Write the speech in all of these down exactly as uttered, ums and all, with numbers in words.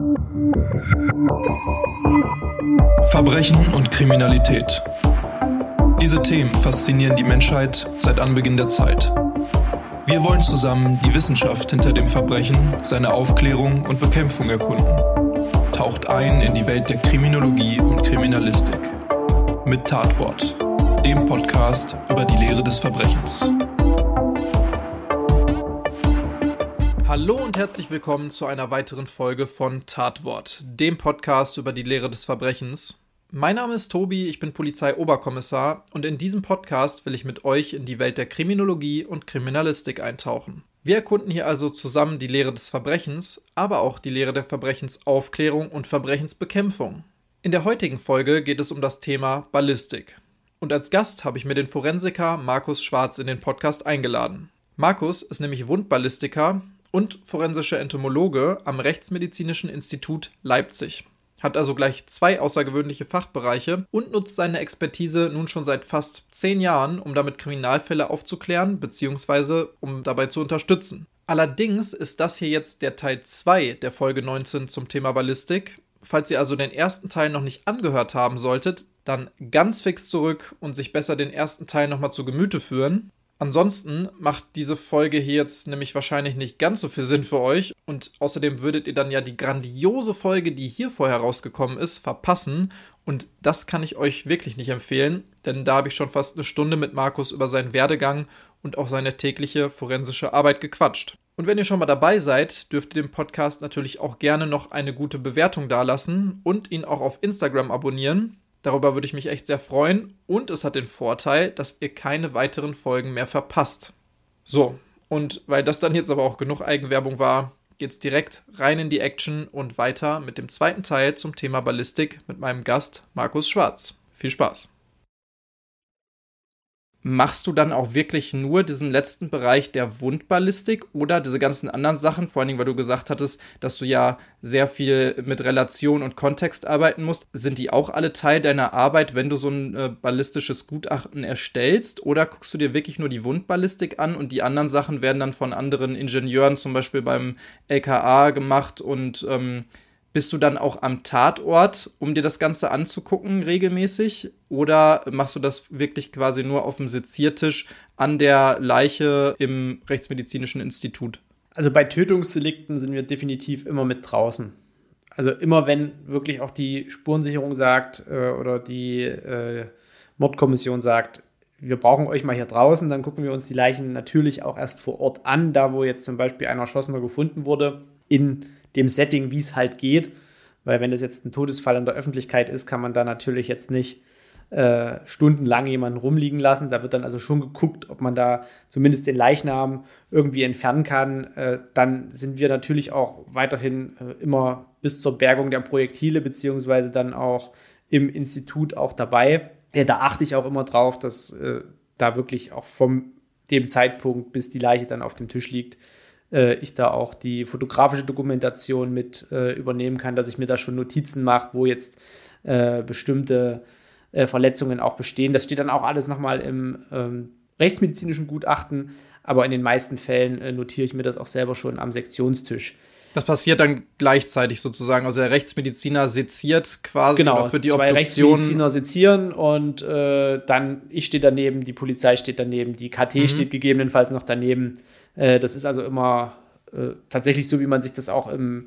Verbrechen und Kriminalität. Diese Themen faszinieren die Menschheit seit Anbeginn der Zeit. Wir wollen zusammen die Wissenschaft hinter dem Verbrechen, seine Aufklärung und Bekämpfung erkunden. Taucht ein in die Welt der Kriminologie und Kriminalistik. Mit Tatwort, dem Podcast über die Lehre des Verbrechens. Hallo und herzlich willkommen zu einer weiteren Folge von Tatwort, dem Podcast über die Lehre des Verbrechens. Mein Name ist Tobi, ich bin Polizeioberkommissar und in diesem Podcast will ich mit euch in die Welt der Kriminologie und Kriminalistik eintauchen. Wir erkunden hier also zusammen die Lehre des Verbrechens, aber auch die Lehre der Verbrechensaufklärung und Verbrechensbekämpfung. In der heutigen Folge geht es um das Thema Ballistik. Und als Gast habe ich mir den Forensiker Markus Schwarz in den Podcast eingeladen. Markus ist nämlich Wundballistiker und forensischer Entomologe am Rechtsmedizinischen Institut Leipzig. Hat also gleich zwei außergewöhnliche Fachbereiche und nutzt seine Expertise nun schon seit fast zehn Jahren, um damit Kriminalfälle aufzuklären bzw. um dabei zu unterstützen. Allerdings ist das hier jetzt der Teil zwei der Folge neunzehn zum Thema Ballistik. Falls ihr also den ersten Teil noch nicht angehört haben solltet, dann ganz fix zurück und sich besser den ersten Teil nochmal zu Gemüte führen. Ansonsten macht diese Folge hier jetzt nämlich wahrscheinlich nicht ganz so viel Sinn für euch und außerdem würdet ihr dann ja die grandiose Folge, die hier vorher rausgekommen ist, verpassen und das kann ich euch wirklich nicht empfehlen, denn da habe ich schon fast eine Stunde mit Markus über seinen Werdegang und auch seine tägliche forensische Arbeit gequatscht. Und wenn ihr schon mal dabei seid, dürft ihr dem Podcast natürlich auch gerne noch eine gute Bewertung dalassen und ihn auch auf Instagram abonnieren. Darüber würde ich mich echt sehr freuen und es hat den Vorteil, dass ihr keine weiteren Folgen mehr verpasst. So, und weil das dann jetzt aber auch genug Eigenwerbung war, geht's direkt rein in die Action und weiter mit dem zweiten Teil zum Thema Ballistik mit meinem Gast Markus Schwarz. Viel Spaß! Machst du dann auch wirklich nur diesen letzten Bereich der Wundballistik oder diese ganzen anderen Sachen, vor allen Dingen, weil du gesagt hattest, dass du ja sehr viel mit Relation und Kontext arbeiten musst, sind die auch alle Teil deiner Arbeit, wenn du so ein äh, ballistisches Gutachten erstellst oder guckst du dir wirklich nur die Wundballistik an und die anderen Sachen werden dann von anderen Ingenieuren zum Beispiel beim L K A gemacht und ähm, bist du dann auch am Tatort, um dir das Ganze anzugucken regelmäßig? Oder machst du das wirklich quasi nur auf dem Seziertisch an der Leiche im Rechtsmedizinischen Institut? Also bei Tötungsdelikten sind wir definitiv immer mit draußen. Also immer wenn wirklich auch die Spurensicherung sagt äh, oder die äh, Mordkommission sagt, wir brauchen euch mal hier draußen, dann gucken wir uns die Leichen natürlich auch erst vor Ort an, da wo jetzt zum Beispiel ein Erschossener gefunden wurde, in dem Setting, wie es halt geht, weil wenn das jetzt ein Todesfall in der Öffentlichkeit ist, kann man da natürlich jetzt nicht äh, stundenlang jemanden rumliegen lassen. Da wird dann also schon geguckt, ob man da zumindest den Leichnam irgendwie entfernen kann. Äh, dann sind wir natürlich auch weiterhin äh, immer bis zur Bergung der Projektile beziehungsweise dann auch im Institut auch dabei. Ja, da achte ich auch immer drauf, dass äh, da wirklich auch vom dem Zeitpunkt, bis die Leiche dann auf dem Tisch liegt, ich da auch die fotografische Dokumentation mit äh, übernehmen kann, dass ich mir da schon Notizen mache, wo jetzt äh, bestimmte äh, Verletzungen auch bestehen. Das steht dann auch alles nochmal im ähm, rechtsmedizinischen Gutachten, aber in den meisten Fällen äh, notiere ich mir das auch selber schon am Sektionstisch. Das passiert dann gleichzeitig sozusagen, also der Rechtsmediziner seziert quasi genau, für die zwei Obduktion. Rechtsmediziner sezieren und äh, dann, ich stehe daneben, die Polizei steht daneben, die K T mhm. steht gegebenenfalls noch daneben. Äh, das ist also immer äh, tatsächlich so, wie man sich das auch im,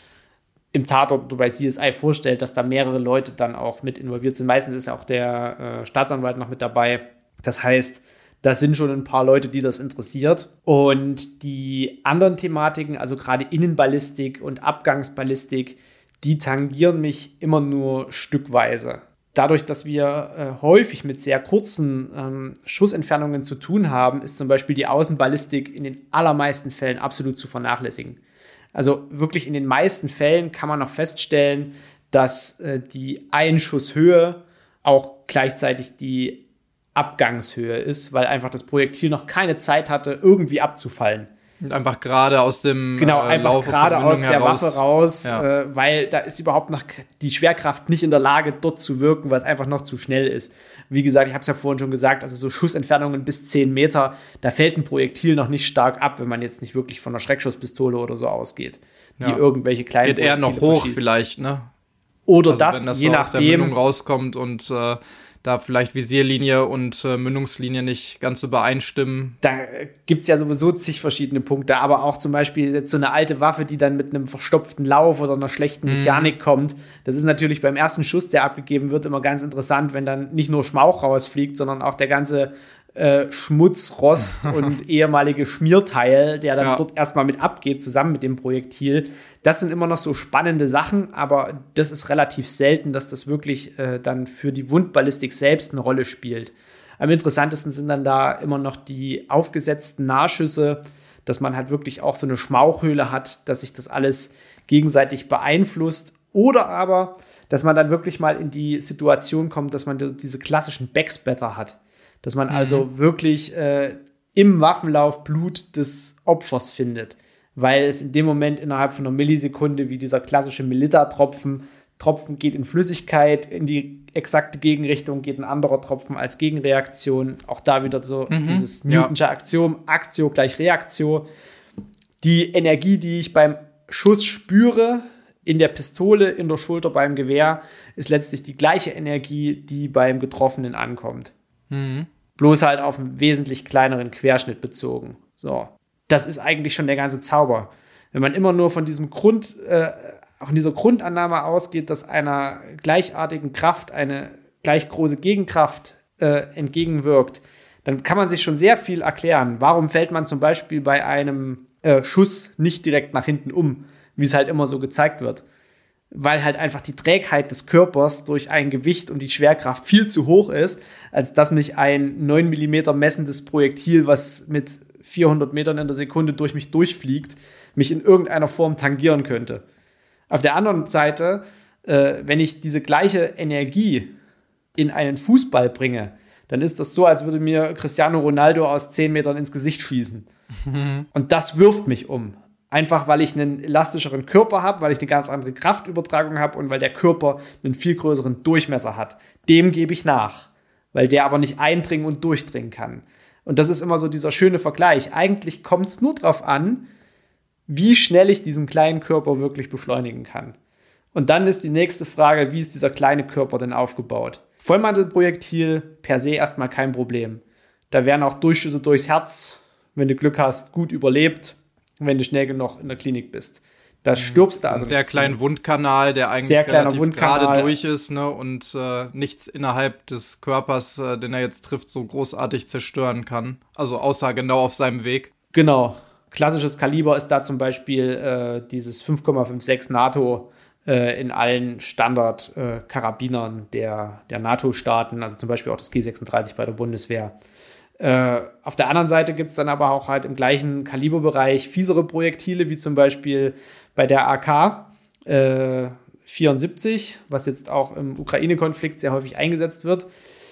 im Tatort oder bei C S I vorstellt, dass da mehrere Leute dann auch mit involviert sind. Meistens ist auch der äh, Staatsanwalt noch mit dabei. Das heißt, da sind schon ein paar Leute, die das interessiert. Und die anderen Thematiken, also gerade Innenballistik und Abgangsballistik, die tangieren mich immer nur stückweise. Dadurch, dass wir äh, häufig mit sehr kurzen ähm, Schussentfernungen zu tun haben, ist zum Beispiel die Außenballistik in den allermeisten Fällen absolut zu vernachlässigen. Also wirklich in den meisten Fällen kann man noch feststellen, dass äh, die Einschusshöhe auch gleichzeitig die Abgangshöhe ist, weil einfach das Projektil noch keine Zeit hatte, irgendwie abzufallen. Und einfach gerade aus dem Genau, äh, einfach Lauf gerade aus der, aus der heraus. Waffe raus, ja. äh, weil da ist überhaupt noch die Schwerkraft nicht in der Lage, dort zu wirken, weil es einfach noch zu schnell ist. Wie gesagt, ich habe es ja vorhin schon gesagt, also so Schussentfernungen bis zehn Meter, da fällt ein Projektil noch nicht stark ab, wenn man jetzt nicht wirklich von einer Schreckschusspistole oder so ausgeht. die ja. irgendwelche kleinen Geht eher noch hoch vielleicht, ne? Oder also das, wenn das je so nachdem. aus der Mündung rauskommt und äh, da vielleicht Visierlinie und äh, Mündungslinie nicht ganz übereinstimmen. Da gibt es ja sowieso zig verschiedene Punkte, aber auch zum Beispiel jetzt so eine alte Waffe, die dann mit einem verstopften Lauf oder einer schlechten Mechanik mm. kommt. Das ist natürlich beim ersten Schuss, der abgegeben wird, immer ganz interessant, wenn dann nicht nur Schmauch rausfliegt, sondern auch der ganze äh, Schmutz, Rost und ehemalige Schmierteil, der dann ja. dort erstmal mit abgeht, zusammen mit dem Projektil. Das sind immer noch so spannende Sachen, aber das ist relativ selten, dass das wirklich äh, dann für die Wundballistik selbst eine Rolle spielt. Am interessantesten sind dann da immer noch die aufgesetzten Nahschüsse, dass man halt wirklich auch so eine Schmauchhöhle hat, dass sich das alles gegenseitig beeinflusst. Oder aber, dass man dann wirklich mal in die Situation kommt, dass man diese klassischen Backspatter hat. Dass man mhm. also wirklich äh, im Waffenlauf Blut des Opfers findet. Weil es in dem Moment innerhalb von einer Millisekunde wie dieser klassische Melitta-Tropfen, Tropfen geht in Flüssigkeit, in die exakte Gegenrichtung geht ein anderer Tropfen als Gegenreaktion. Auch da wieder so mhm, dieses Newtonsche ja. Axiom, Aktio gleich Reaktio. Die Energie, die ich beim Schuss spüre, in der Pistole, in der Schulter, beim Gewehr, ist letztlich die gleiche Energie, die beim Getroffenen ankommt. Mhm. Bloß halt auf einen wesentlich kleineren Querschnitt bezogen. So. Das ist eigentlich schon der ganze Zauber. Wenn man immer nur von diesem Grund, äh, von dieser Grundannahme ausgeht, dass einer gleichartigen Kraft eine gleich große Gegenkraft äh, entgegenwirkt, dann kann man sich schon sehr viel erklären. Warum fällt man zum Beispiel bei einem äh, Schuss nicht direkt nach hinten um, wie es halt immer so gezeigt wird? Weil halt einfach die Trägheit des Körpers durch ein Gewicht und die Schwerkraft viel zu hoch ist, als dass mich ein neun Millimeter messendes Projektil, was mit vierhundert Metern in der Sekunde durch mich durchfliegt, mich in irgendeiner Form tangieren könnte. Auf der anderen Seite, äh, wenn ich diese gleiche Energie in einen Fußball bringe, dann ist das so, als würde mir Cristiano Ronaldo aus zehn Metern ins Gesicht schießen. Mhm. Und das wirft mich um. Einfach, weil ich einen elastischeren Körper habe, weil ich eine ganz andere Kraftübertragung habe und weil der Körper einen viel größeren Durchmesser hat. Dem gebe ich nach, weil der aber nicht eindringen und durchdringen kann. Und das ist immer so dieser schöne Vergleich. Eigentlich kommt es nur darauf an, wie schnell ich diesen kleinen Körper wirklich beschleunigen kann. Und dann ist die nächste Frage, wie ist dieser kleine Körper denn aufgebaut? Vollmantelprojektil per se erstmal kein Problem. Da werden auch Durchschüsse durchs Herz, wenn du Glück hast, gut überlebt, wenn du schnell genug in der Klinik bist. Da stirbst du also. Ein sehr kleinen Wundkanal, der eigentlich sehr relativ Wundkanal. gerade durch ist, ne, und äh, nichts innerhalb des Körpers, äh, den er jetzt trifft, so großartig zerstören kann. Also außer genau auf seinem Weg. Genau. Klassisches Kaliber ist da zum Beispiel äh, dieses fünf Komma sechsundfünfzig NATO äh, in allen Standard-Karabinern äh, der, der NATO-Staaten, also zum Beispiel auch das G sechsunddreißig bei der Bundeswehr. Äh, auf der anderen Seite gibt es dann aber auch halt im gleichen Kaliberbereich fiesere Projektile, wie zum Beispiel bei der A K äh, vierundsiebzig, was jetzt auch im Ukraine-Konflikt sehr häufig eingesetzt wird.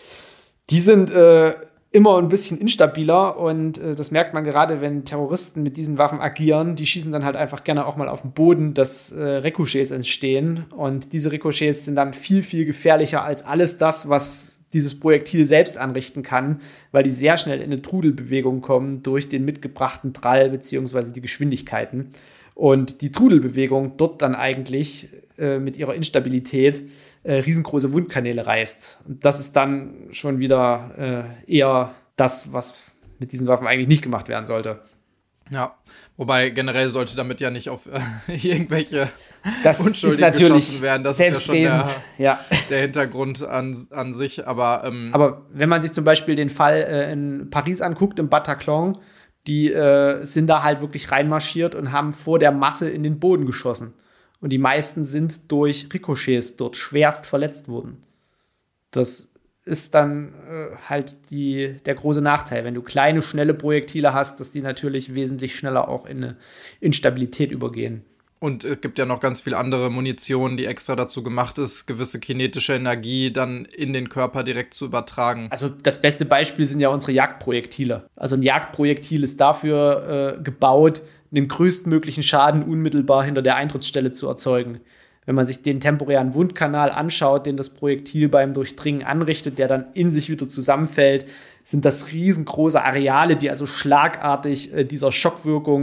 Die sind äh, immer ein bisschen instabiler und äh, das merkt man gerade, wenn Terroristen mit diesen Waffen agieren. Die schießen dann halt einfach gerne auch mal auf den Boden, dass äh, Rikochets entstehen und diese Rikochets sind dann viel, viel gefährlicher als alles das, was dieses Projektil selbst anrichten kann, weil die sehr schnell in eine Trudelbewegung kommen durch den mitgebrachten Prall bzw. die Geschwindigkeiten. Und die Trudelbewegung dort dann eigentlich äh, mit ihrer Instabilität äh, riesengroße Wundkanäle reißt. Und das ist dann schon wieder äh, eher das, was mit diesen Waffen eigentlich nicht gemacht werden sollte. Ja, wobei generell sollte damit ja nicht auf äh, irgendwelche das Unschuldigen geschossen werden. Das ist ja schon der, ja. der Hintergrund an, an sich. Aber, ähm, aber wenn man sich zum Beispiel den Fall äh, in Paris anguckt, im Bataclan, die äh, sind da halt wirklich reinmarschiert und haben vor der Masse in den Boden geschossen. Und die meisten sind durch Rikochets dort schwerst verletzt worden. Das ist dann äh, halt die, der große Nachteil. Wenn du kleine, schnelle Projektile hast, dass die natürlich wesentlich schneller auch in eine Instabilität übergehen. Und es gibt ja noch ganz viel andere Munition, die extra dazu gemacht ist, gewisse kinetische Energie dann in den Körper direkt zu übertragen. Also das beste Beispiel sind ja unsere Jagdprojektile. Also ein Jagdprojektil ist dafür äh, gebaut, den größtmöglichen Schaden unmittelbar hinter der Eintrittsstelle zu erzeugen. Wenn man sich den temporären Wundkanal anschaut, den das Projektil beim Durchdringen anrichtet, der dann in sich wieder zusammenfällt, sind das riesengroße Areale, die also schlagartig äh, dieser Schockwirkung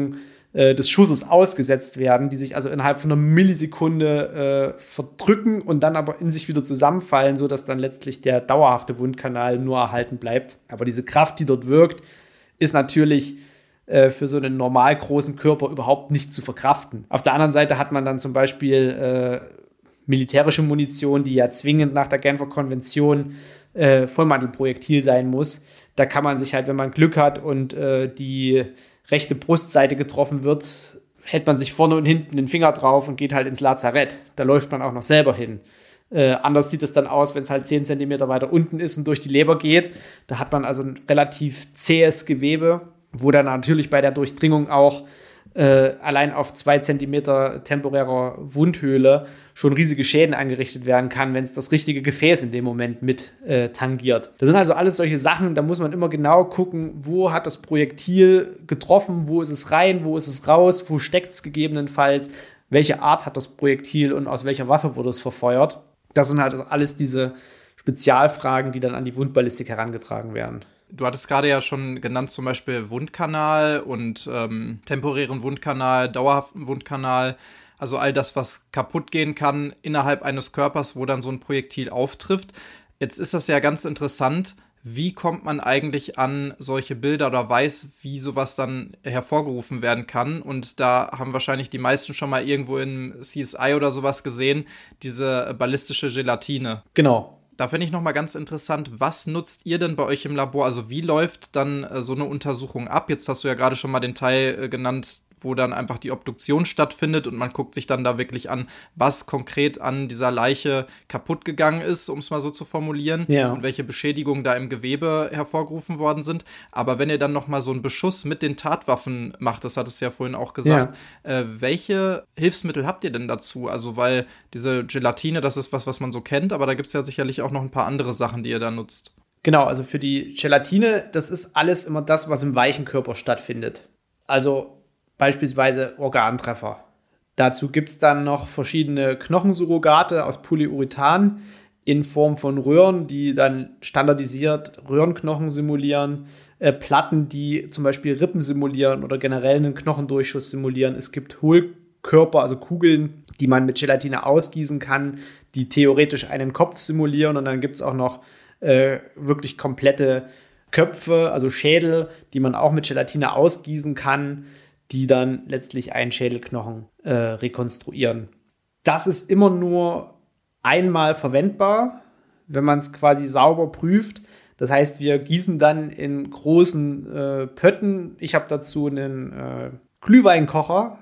äh, des Schusses ausgesetzt werden, die sich also innerhalb von einer Millisekunde äh, verdrücken und dann aber in sich wieder zusammenfallen, sodass dann letztlich der dauerhafte Wundkanal nur erhalten bleibt. Aber diese Kraft, die dort wirkt, ist natürlich äh, für so einen normal großen Körper überhaupt nicht zu verkraften. Auf der anderen Seite hat man dann zum Beispiel äh, militärische Munition, die ja zwingend nach der Genfer Konvention äh, Vollmantelprojektil sein muss. Da kann man sich halt, wenn man Glück hat und äh, die rechte Brustseite getroffen wird, hält man sich vorne und hinten den Finger drauf und geht halt ins Lazarett. Da läuft man auch noch selber hin. Äh, anders sieht es dann aus, wenn es halt zehn Zentimeter weiter unten ist und durch die Leber geht. Da hat man also ein relativ zähes Gewebe, wo dann natürlich bei der Durchdringung auch äh, allein auf zwei Zentimeter temporärer Wundhöhle schon riesige Schäden angerichtet werden kann, wenn es das richtige Gefäß in dem Moment mit äh, tangiert. Das sind also alles solche Sachen, da muss man immer genau gucken, wo hat das Projektil getroffen, wo ist es rein, wo ist es raus, wo steckt es gegebenenfalls, welche Art hat das Projektil und aus welcher Waffe wurde es verfeuert. Das sind halt alles diese Spezialfragen, die dann an die Wundballistik herangetragen werden. Du hattest gerade ja schon genannt, zum Beispiel Wundkanal und ähm, temporären Wundkanal, dauerhaften Wundkanal. Also all das, was kaputt gehen kann innerhalb eines Körpers, wo dann so ein Projektil auftrifft. Jetzt ist das ja ganz interessant. Wie kommt man eigentlich an solche Bilder oder weiß, wie sowas dann hervorgerufen werden kann? Und da haben wahrscheinlich die meisten schon mal irgendwo in C S I oder sowas gesehen, diese ballistische Gelatine. Genau. Da finde ich nochmal ganz interessant, was nutzt ihr denn bei euch im Labor? Also wie läuft dann äh, so eine Untersuchung ab? Jetzt hast du ja gerade schon mal den Teil äh, genannt, wo dann einfach die Obduktion stattfindet und man guckt sich dann da wirklich an, was konkret an dieser Leiche kaputt gegangen ist, um es mal so zu formulieren, ja. Und welche Beschädigungen da im Gewebe hervorgerufen worden sind. Aber wenn ihr dann noch mal so einen Beschuss mit den Tatwaffen macht, das hattest du ja vorhin auch gesagt, ja. äh, welche Hilfsmittel habt ihr denn dazu? Also weil diese Gelatine, das ist was, was man so kennt, aber da gibt es ja sicherlich auch noch ein paar andere Sachen, die ihr da nutzt. Genau, also für die Gelatine, das ist alles immer das, was im weichen Körper stattfindet. Also beispielsweise Organtreffer. Dazu gibt es dann noch verschiedene Knochensurrogate aus Polyurethan in Form von Röhren, die dann standardisiert Röhrenknochen simulieren, äh, Platten, die zum Beispiel Rippen simulieren oder generell einen Knochendurchschuss simulieren. Es gibt Hohlkörper, also Kugeln, die man mit Gelatine ausgießen kann, die theoretisch einen Kopf simulieren. Und dann gibt es auch noch äh, wirklich komplette Köpfe, also Schädel, die man auch mit Gelatine ausgießen kann, die dann letztlich einen Schädelknochen äh, rekonstruieren. Das ist immer nur einmal verwendbar, wenn man es quasi sauber prüft. Das heißt, wir gießen dann in großen äh, Pötten. Ich habe dazu einen äh, Glühweinkocher.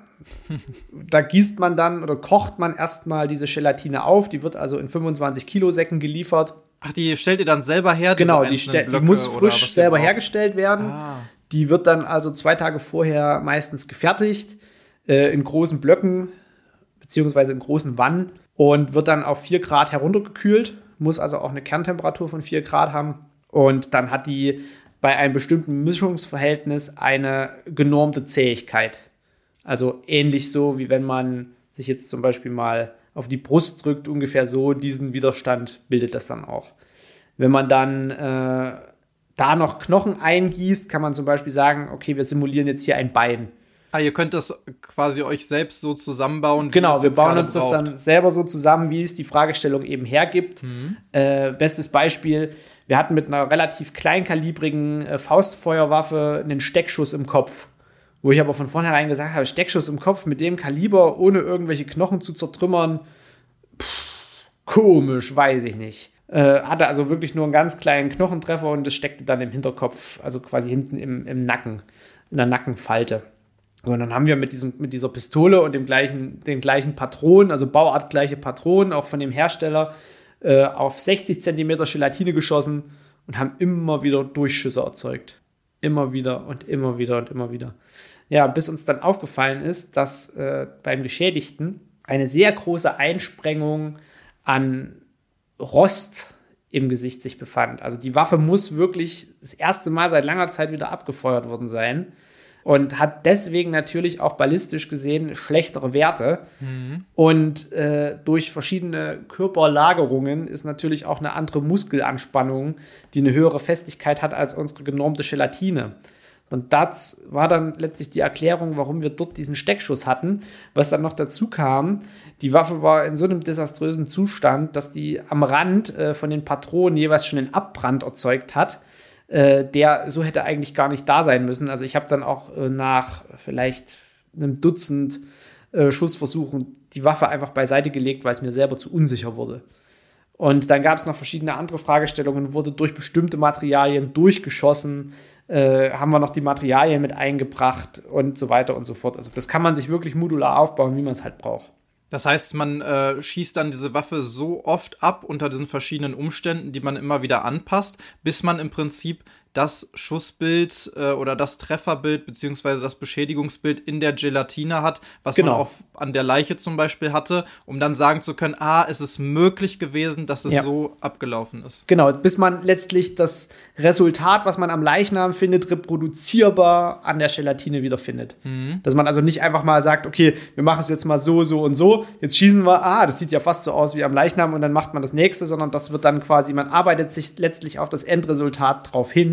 Da gießt man dann oder kocht man erstmal diese Gelatine auf. Die wird also in fünfundzwanzig Kilo Säcken geliefert. Ach, die stellt ihr dann selber her? Genau, die, ste- die muss frisch selber hergestellt werden. Ah. Die wird dann also zwei Tage vorher meistens gefertigt, äh, in großen Blöcken, beziehungsweise in großen Wannen und wird dann auf vier Grad heruntergekühlt, muss also auch eine Kerntemperatur von vier Grad haben. Und dann hat die bei einem bestimmten Mischungsverhältnis eine genormte Zähigkeit. Also ähnlich so, wie wenn man sich jetzt zum Beispiel mal auf die Brust drückt, ungefähr so, diesen Widerstand bildet das dann auch. Wenn man dann äh, da noch Knochen eingießt, kann man zum Beispiel sagen, okay, wir simulieren jetzt hier ein Bein. Ah, ihr könnt das quasi euch selbst so zusammenbauen. Genau, wir bauen uns das dann selber so zusammen, wie es die Fragestellung eben hergibt. Mhm. Äh, bestes Beispiel, wir hatten mit einer relativ kleinkalibrigen äh, Faustfeuerwaffe einen Steckschuss im Kopf. Wo ich aber von vornherein gesagt habe, Steckschuss im Kopf mit dem Kaliber, ohne irgendwelche Knochen zu zertrümmern, pff, komisch, weiß ich nicht. Äh, hatte also wirklich nur einen ganz kleinen Knochentreffer und das steckte dann im Hinterkopf, also quasi hinten im, im Nacken, in der Nackenfalte. Und dann haben wir mit, diesem, mit dieser Pistole und dem gleichen, den gleichen Patronen, also bauartgleiche Patronen, auch von dem Hersteller, äh, auf sechzig Zentimeter Gelatine geschossen und haben immer wieder Durchschüsse erzeugt. Immer wieder und immer wieder und immer wieder. Ja, bis uns dann aufgefallen ist, dass äh, beim Geschädigten eine sehr große Einsprengung an Rost im Gesicht sich befand. Also die Waffe muss wirklich das erste Mal seit langer Zeit wieder abgefeuert worden sein und hat deswegen natürlich auch ballistisch gesehen schlechtere Werte. Mhm. Und äh, durch verschiedene Körperlagerungen ist natürlich auch eine andere Muskelanspannung, die eine höhere Festigkeit hat als unsere genormte Gelatine. Und das war dann letztlich die Erklärung, warum wir dort diesen Steckschuss hatten. Was dann noch dazu kam, die Waffe war in so einem desaströsen Zustand, dass die am Rand äh, von den Patronen jeweils schon einen Abbrand erzeugt hat, äh, der so hätte eigentlich gar nicht da sein müssen. Also ich habe dann auch äh, nach vielleicht einem Dutzend äh, Schussversuchen die Waffe einfach beiseite gelegt, weil es mir selber zu unsicher wurde. Und dann gab es noch verschiedene andere Fragestellungen, wurde durch bestimmte Materialien durchgeschossen, äh, haben wir noch die Materialien mit eingebracht und so weiter und so fort. Also das kann man sich wirklich modular aufbauen, wie man es halt braucht. Das heißt, man äh, schießt dann diese Waffe so oft ab unter diesen verschiedenen Umständen, die man immer wieder anpasst, bis man im Prinzip das Schussbild äh, oder das Trefferbild beziehungsweise das Beschädigungsbild in der Gelatine hat, was genau. man auch an der Leiche zum Beispiel hatte, um dann sagen zu können, ah, es ist möglich gewesen, dass es ja. so abgelaufen ist. Genau, bis man letztlich das Resultat, was man am Leichnam findet, reproduzierbar an der Gelatine wiederfindet. Mhm. Dass man also nicht einfach mal sagt, okay, wir machen es jetzt mal so, so und so, jetzt schießen wir, ah, das sieht ja fast so aus wie am Leichnam und dann macht man das nächste, sondern das wird dann quasi, man arbeitet sich letztlich auf das Endresultat drauf hin.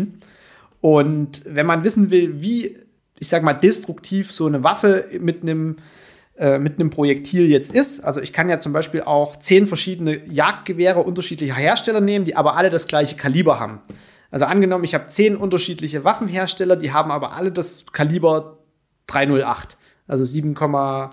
Und wenn man wissen will, wie, ich sag mal, destruktiv so eine Waffe mit einem äh, mit einem Projektil jetzt ist, also ich kann ja zum Beispiel auch zehn verschiedene Jagdgewehre unterschiedlicher Hersteller nehmen, die aber alle das gleiche Kaliber haben. Also angenommen, ich habe zehn unterschiedliche Waffenhersteller, die haben aber alle das Kaliber drei null acht, also sieben Komma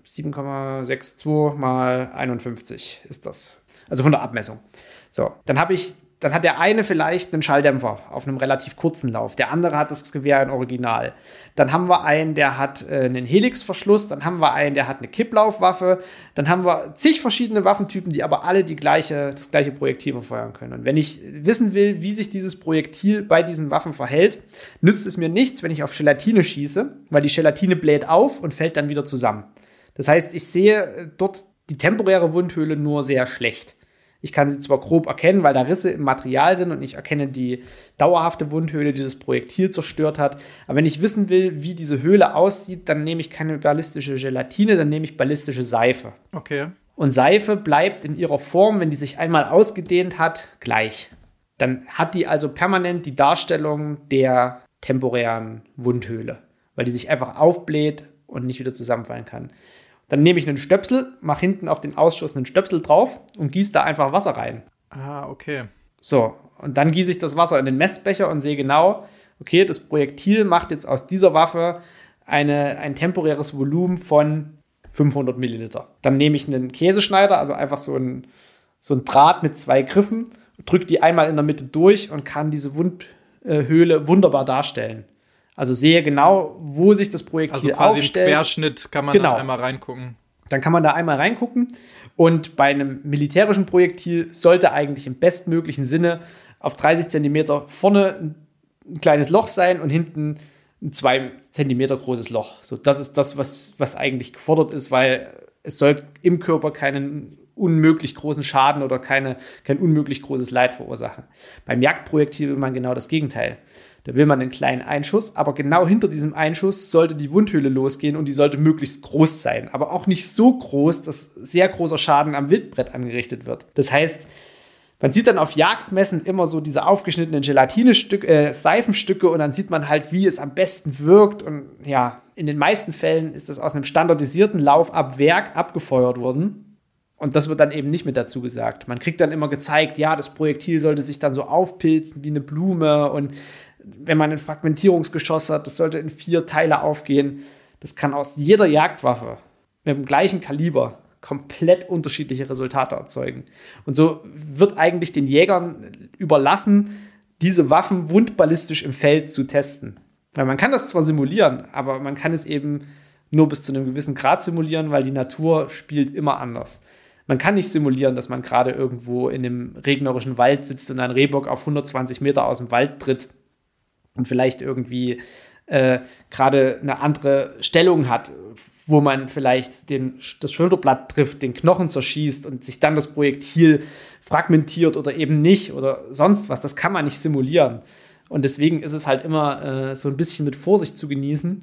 sechs zwei mal einundfünfzig ist das. Also von der Abmessung. So, dann habe ich Dann hat der eine vielleicht einen Schalldämpfer auf einem relativ kurzen Lauf. Der andere hat das Gewehr in Original. Dann haben wir einen, der hat äh, einen Helixverschluss. Dann haben wir einen, der hat eine Kipplaufwaffe. Dann haben wir zig verschiedene Waffentypen, die aber alle die gleiche, das gleiche Projektil verfeuern können. Und wenn ich wissen will, wie sich dieses Projektil bei diesen Waffen verhält, nützt es mir nichts, wenn ich auf Gelatine schieße, weil die Gelatine bläht auf und fällt dann wieder zusammen. Das heißt, ich sehe dort die temporäre Wundhöhle nur sehr schlecht. Ich kann sie zwar grob erkennen, weil da Risse im Material sind und ich erkenne die dauerhafte Wundhöhle, die das Projektil zerstört hat. Aber wenn ich wissen will, wie diese Höhle aussieht, dann nehme ich keine ballistische Gelatine, dann nehme ich ballistische Seife. Okay. Und Seife bleibt in ihrer Form, wenn die sich einmal ausgedehnt hat, gleich. Dann hat die also permanent die Darstellung der temporären Wundhöhle, weil die sich einfach aufbläht und nicht wieder zusammenfallen kann. Dann nehme ich einen Stöpsel, mache hinten auf den Ausschuss einen Stöpsel drauf und gieße da einfach Wasser rein. Ah, okay. So, und dann gieße ich das Wasser in den Messbecher und sehe genau, okay, das Projektil macht jetzt aus dieser Waffe eine, ein temporäres Volumen von fünfhundert Milliliter. Dann nehme ich einen Käseschneider, also einfach so ein, so ein Draht mit zwei Griffen, drücke die einmal in der Mitte durch und kann diese Wundhöhle wunderbar darstellen. Also sehe genau, wo sich das Projektil aufstellt. Also quasi aufstellt. im Querschnitt kann man genau. da einmal reingucken. Dann kann man da einmal reingucken. Und bei einem militärischen Projektil sollte eigentlich im bestmöglichen Sinne auf dreißig Zentimeter vorne ein kleines Loch sein und hinten ein zwei Zentimeter großes Loch. So, das ist das, was, was eigentlich gefordert ist, weil es soll im Körper keinen unmöglich großen Schaden oder keine, kein unmöglich großes Leid verursachen. Beim Jagdprojektil will man genau das Gegenteil. Da will man einen kleinen Einschuss, aber genau hinter diesem Einschuss sollte die Wundhöhle losgehen und die sollte möglichst groß sein. Aber auch nicht so groß, dass sehr großer Schaden am Wildbrett angerichtet wird. Das heißt, man sieht dann auf Jagdmessen immer so diese aufgeschnittenen Gelatinestücke, äh, Seifenstücke und dann sieht man halt, wie es am besten wirkt. Und ja, in den meisten Fällen ist das aus einem standardisierten Lauf ab Werk abgefeuert worden. Und das wird dann eben nicht mit dazu gesagt. Man kriegt dann immer gezeigt, ja, das Projektil sollte sich dann so aufpilzen wie eine Blume und wenn man ein Fragmentierungsgeschoss hat, das sollte in vier Teile aufgehen. Das kann aus jeder Jagdwaffe mit dem gleichen Kaliber komplett unterschiedliche Resultate erzeugen. Und so wird eigentlich den Jägern überlassen, diese Waffen wundballistisch im Feld zu testen. Weil man kann das zwar simulieren, aber man kann es eben nur bis zu einem gewissen Grad simulieren, weil die Natur spielt immer anders. Man kann nicht simulieren, dass man gerade irgendwo in einem regnerischen Wald sitzt und ein Rehbock auf hundertzwanzig Meter aus dem Wald tritt und vielleicht irgendwie äh, gerade eine andere Stellung hat, wo man vielleicht den, das Schulterblatt trifft, den Knochen zerschießt und sich dann das Projektil fragmentiert oder eben nicht oder sonst was. Das kann man nicht simulieren. Und deswegen ist es halt immer äh, so ein bisschen mit Vorsicht zu genießen,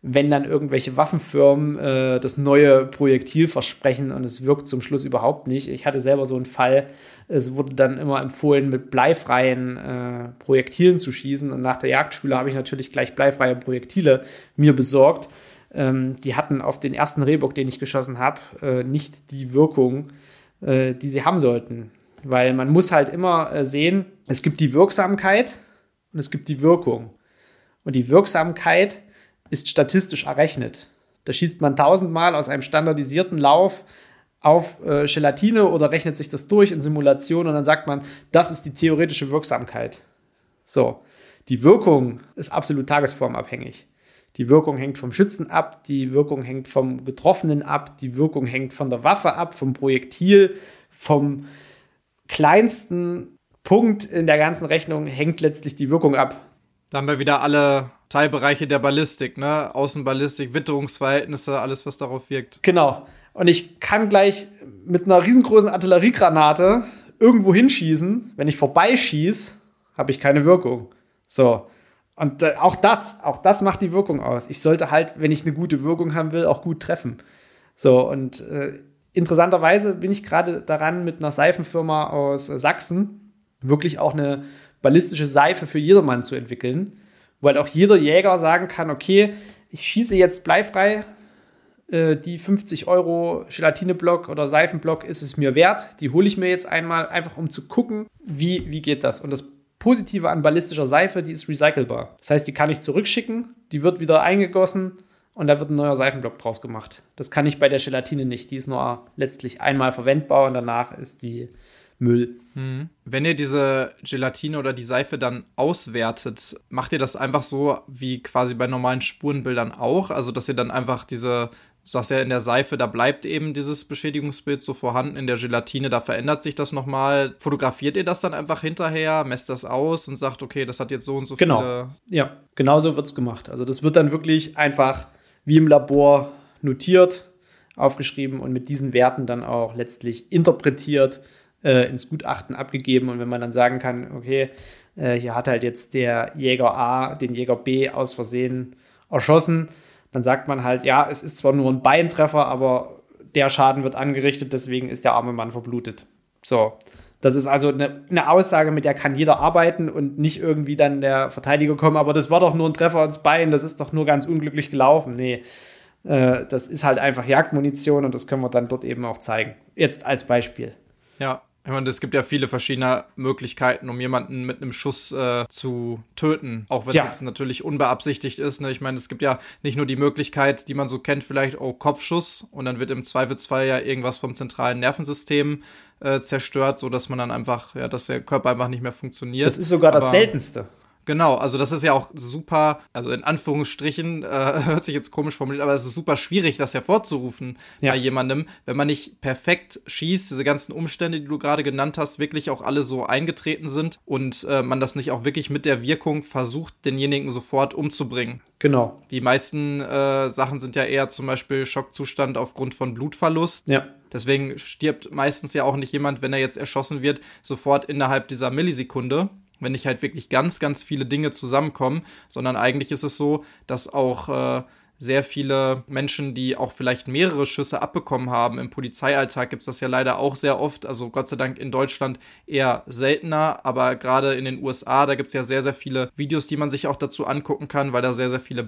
wenn dann irgendwelche Waffenfirmen äh, das neue Projektil versprechen und es wirkt zum Schluss überhaupt nicht. Ich hatte selber so einen Fall, es wurde dann immer empfohlen, mit bleifreien äh, Projektilen zu schießen und nach der Jagdschule habe ich natürlich gleich bleifreie Projektile mir besorgt. Ähm, die hatten auf den ersten Rehbock, den ich geschossen habe, äh, nicht die Wirkung, äh, die sie haben sollten. Weil man muss halt immer äh, sehen, es gibt die Wirksamkeit und es gibt die Wirkung. Und die Wirksamkeit ist statistisch errechnet. Da schießt man tausendmal aus einem standardisierten Lauf auf äh, Gelatine oder rechnet sich das durch in Simulation und dann sagt man, das ist die theoretische Wirksamkeit. So, die Wirkung ist absolut tagesformabhängig. Die Wirkung hängt vom Schützen ab, die Wirkung hängt vom Getroffenen ab, die Wirkung hängt von der Waffe ab, vom Projektil, vom kleinsten Punkt in der ganzen Rechnung hängt letztlich die Wirkung ab. Da haben wir wieder alle Teilbereiche der Ballistik, ne? Außenballistik, Witterungsverhältnisse, alles, was darauf wirkt. Genau. Und ich kann gleich mit einer riesengroßen Artilleriegranate irgendwo hinschießen. Wenn ich vorbeischieße, habe ich keine Wirkung. So. Und äh, auch das, auch das macht die Wirkung aus. Ich sollte halt, wenn ich eine gute Wirkung haben will, auch gut treffen. So, und äh, interessanterweise bin ich gerade daran, mit einer Seifenfirma aus äh, Sachsen wirklich auch eine ballistische Seife für jedermann zu entwickeln, weil auch jeder Jäger sagen kann, okay, ich schieße jetzt bleifrei, äh, die fünfzig Euro Gelatineblock oder Seifenblock ist es mir wert, die hole ich mir jetzt einmal, einfach um zu gucken, wie, wie geht das. Und das Positive an ballistischer Seife, die ist recycelbar. Das heißt, die kann ich zurückschicken, die wird wieder eingegossen und da wird ein neuer Seifenblock draus gemacht. Das kann ich bei der Gelatine nicht, die ist nur letztlich einmal verwendbar und danach ist die Müll. Hm. Wenn ihr diese Gelatine oder die Seife dann auswertet, macht ihr das einfach so wie quasi bei normalen Spurenbildern auch? Also, dass ihr dann einfach diese, du sagst ja in der Seife, da bleibt eben dieses Beschädigungsbild so vorhanden, in der Gelatine, da verändert sich das nochmal. Fotografiert ihr das dann einfach hinterher, messt das aus und sagt, okay, das hat jetzt so und so genau. viele... Ja, genau so wird es gemacht. Also das wird dann wirklich einfach wie im Labor notiert, aufgeschrieben und mit diesen Werten dann auch letztlich interpretiert, Äh, ins Gutachten abgegeben und wenn man dann sagen kann, okay, äh, hier hat halt jetzt der Jäger A den Jäger B aus Versehen erschossen, dann sagt man halt, ja, es ist zwar nur ein Beintreffer, aber der Schaden wird angerichtet, deswegen ist der arme Mann verblutet. So, das ist also eine, eine Aussage, mit der kann jeder arbeiten und nicht irgendwie dann der Verteidiger kommen, aber das war doch nur ein Treffer ins Bein, das ist doch nur ganz unglücklich gelaufen. Nee, äh, das ist halt einfach Jagdmunition und das können wir dann dort eben auch zeigen. Jetzt als Beispiel. Ja. Ich meine, es gibt ja viele verschiedene Möglichkeiten, um jemanden mit einem Schuss äh, zu töten, auch wenn es ja. jetzt natürlich unbeabsichtigt ist. Ne? Ich meine, es gibt ja nicht nur die Möglichkeit, die man so kennt, vielleicht, oh, Kopfschuss und dann wird im Zweifelsfall ja irgendwas vom zentralen Nervensystem äh, zerstört, sodass man dann einfach, ja, dass der Körper einfach nicht mehr funktioniert. Das ist sogar das Aber Seltenste. Genau, also das ist ja auch super, also in Anführungsstrichen, äh, hört sich jetzt komisch formuliert, aber es ist super schwierig, das hervorzurufen ja. bei jemandem, wenn man nicht perfekt schießt, diese ganzen Umstände, die du gerade genannt hast, wirklich auch alle so eingetreten sind und äh, man das nicht auch wirklich mit der Wirkung versucht, denjenigen sofort umzubringen. Genau. Die meisten äh, Sachen sind ja eher zum Beispiel Schockzustand aufgrund von Blutverlust. Ja. Deswegen stirbt meistens ja auch nicht jemand, wenn er jetzt erschossen wird, sofort innerhalb dieser Millisekunde. Wenn nicht halt wirklich ganz, ganz viele Dinge zusammenkommen, sondern eigentlich ist es so, dass auch äh, sehr viele Menschen, die auch vielleicht mehrere Schüsse abbekommen haben, im Polizeialltag gibt es das ja leider auch sehr oft, also Gott sei Dank in Deutschland eher seltener, aber gerade in den U S A, da gibt es ja sehr, sehr viele Videos, die man sich auch dazu angucken kann, weil da sehr, sehr viele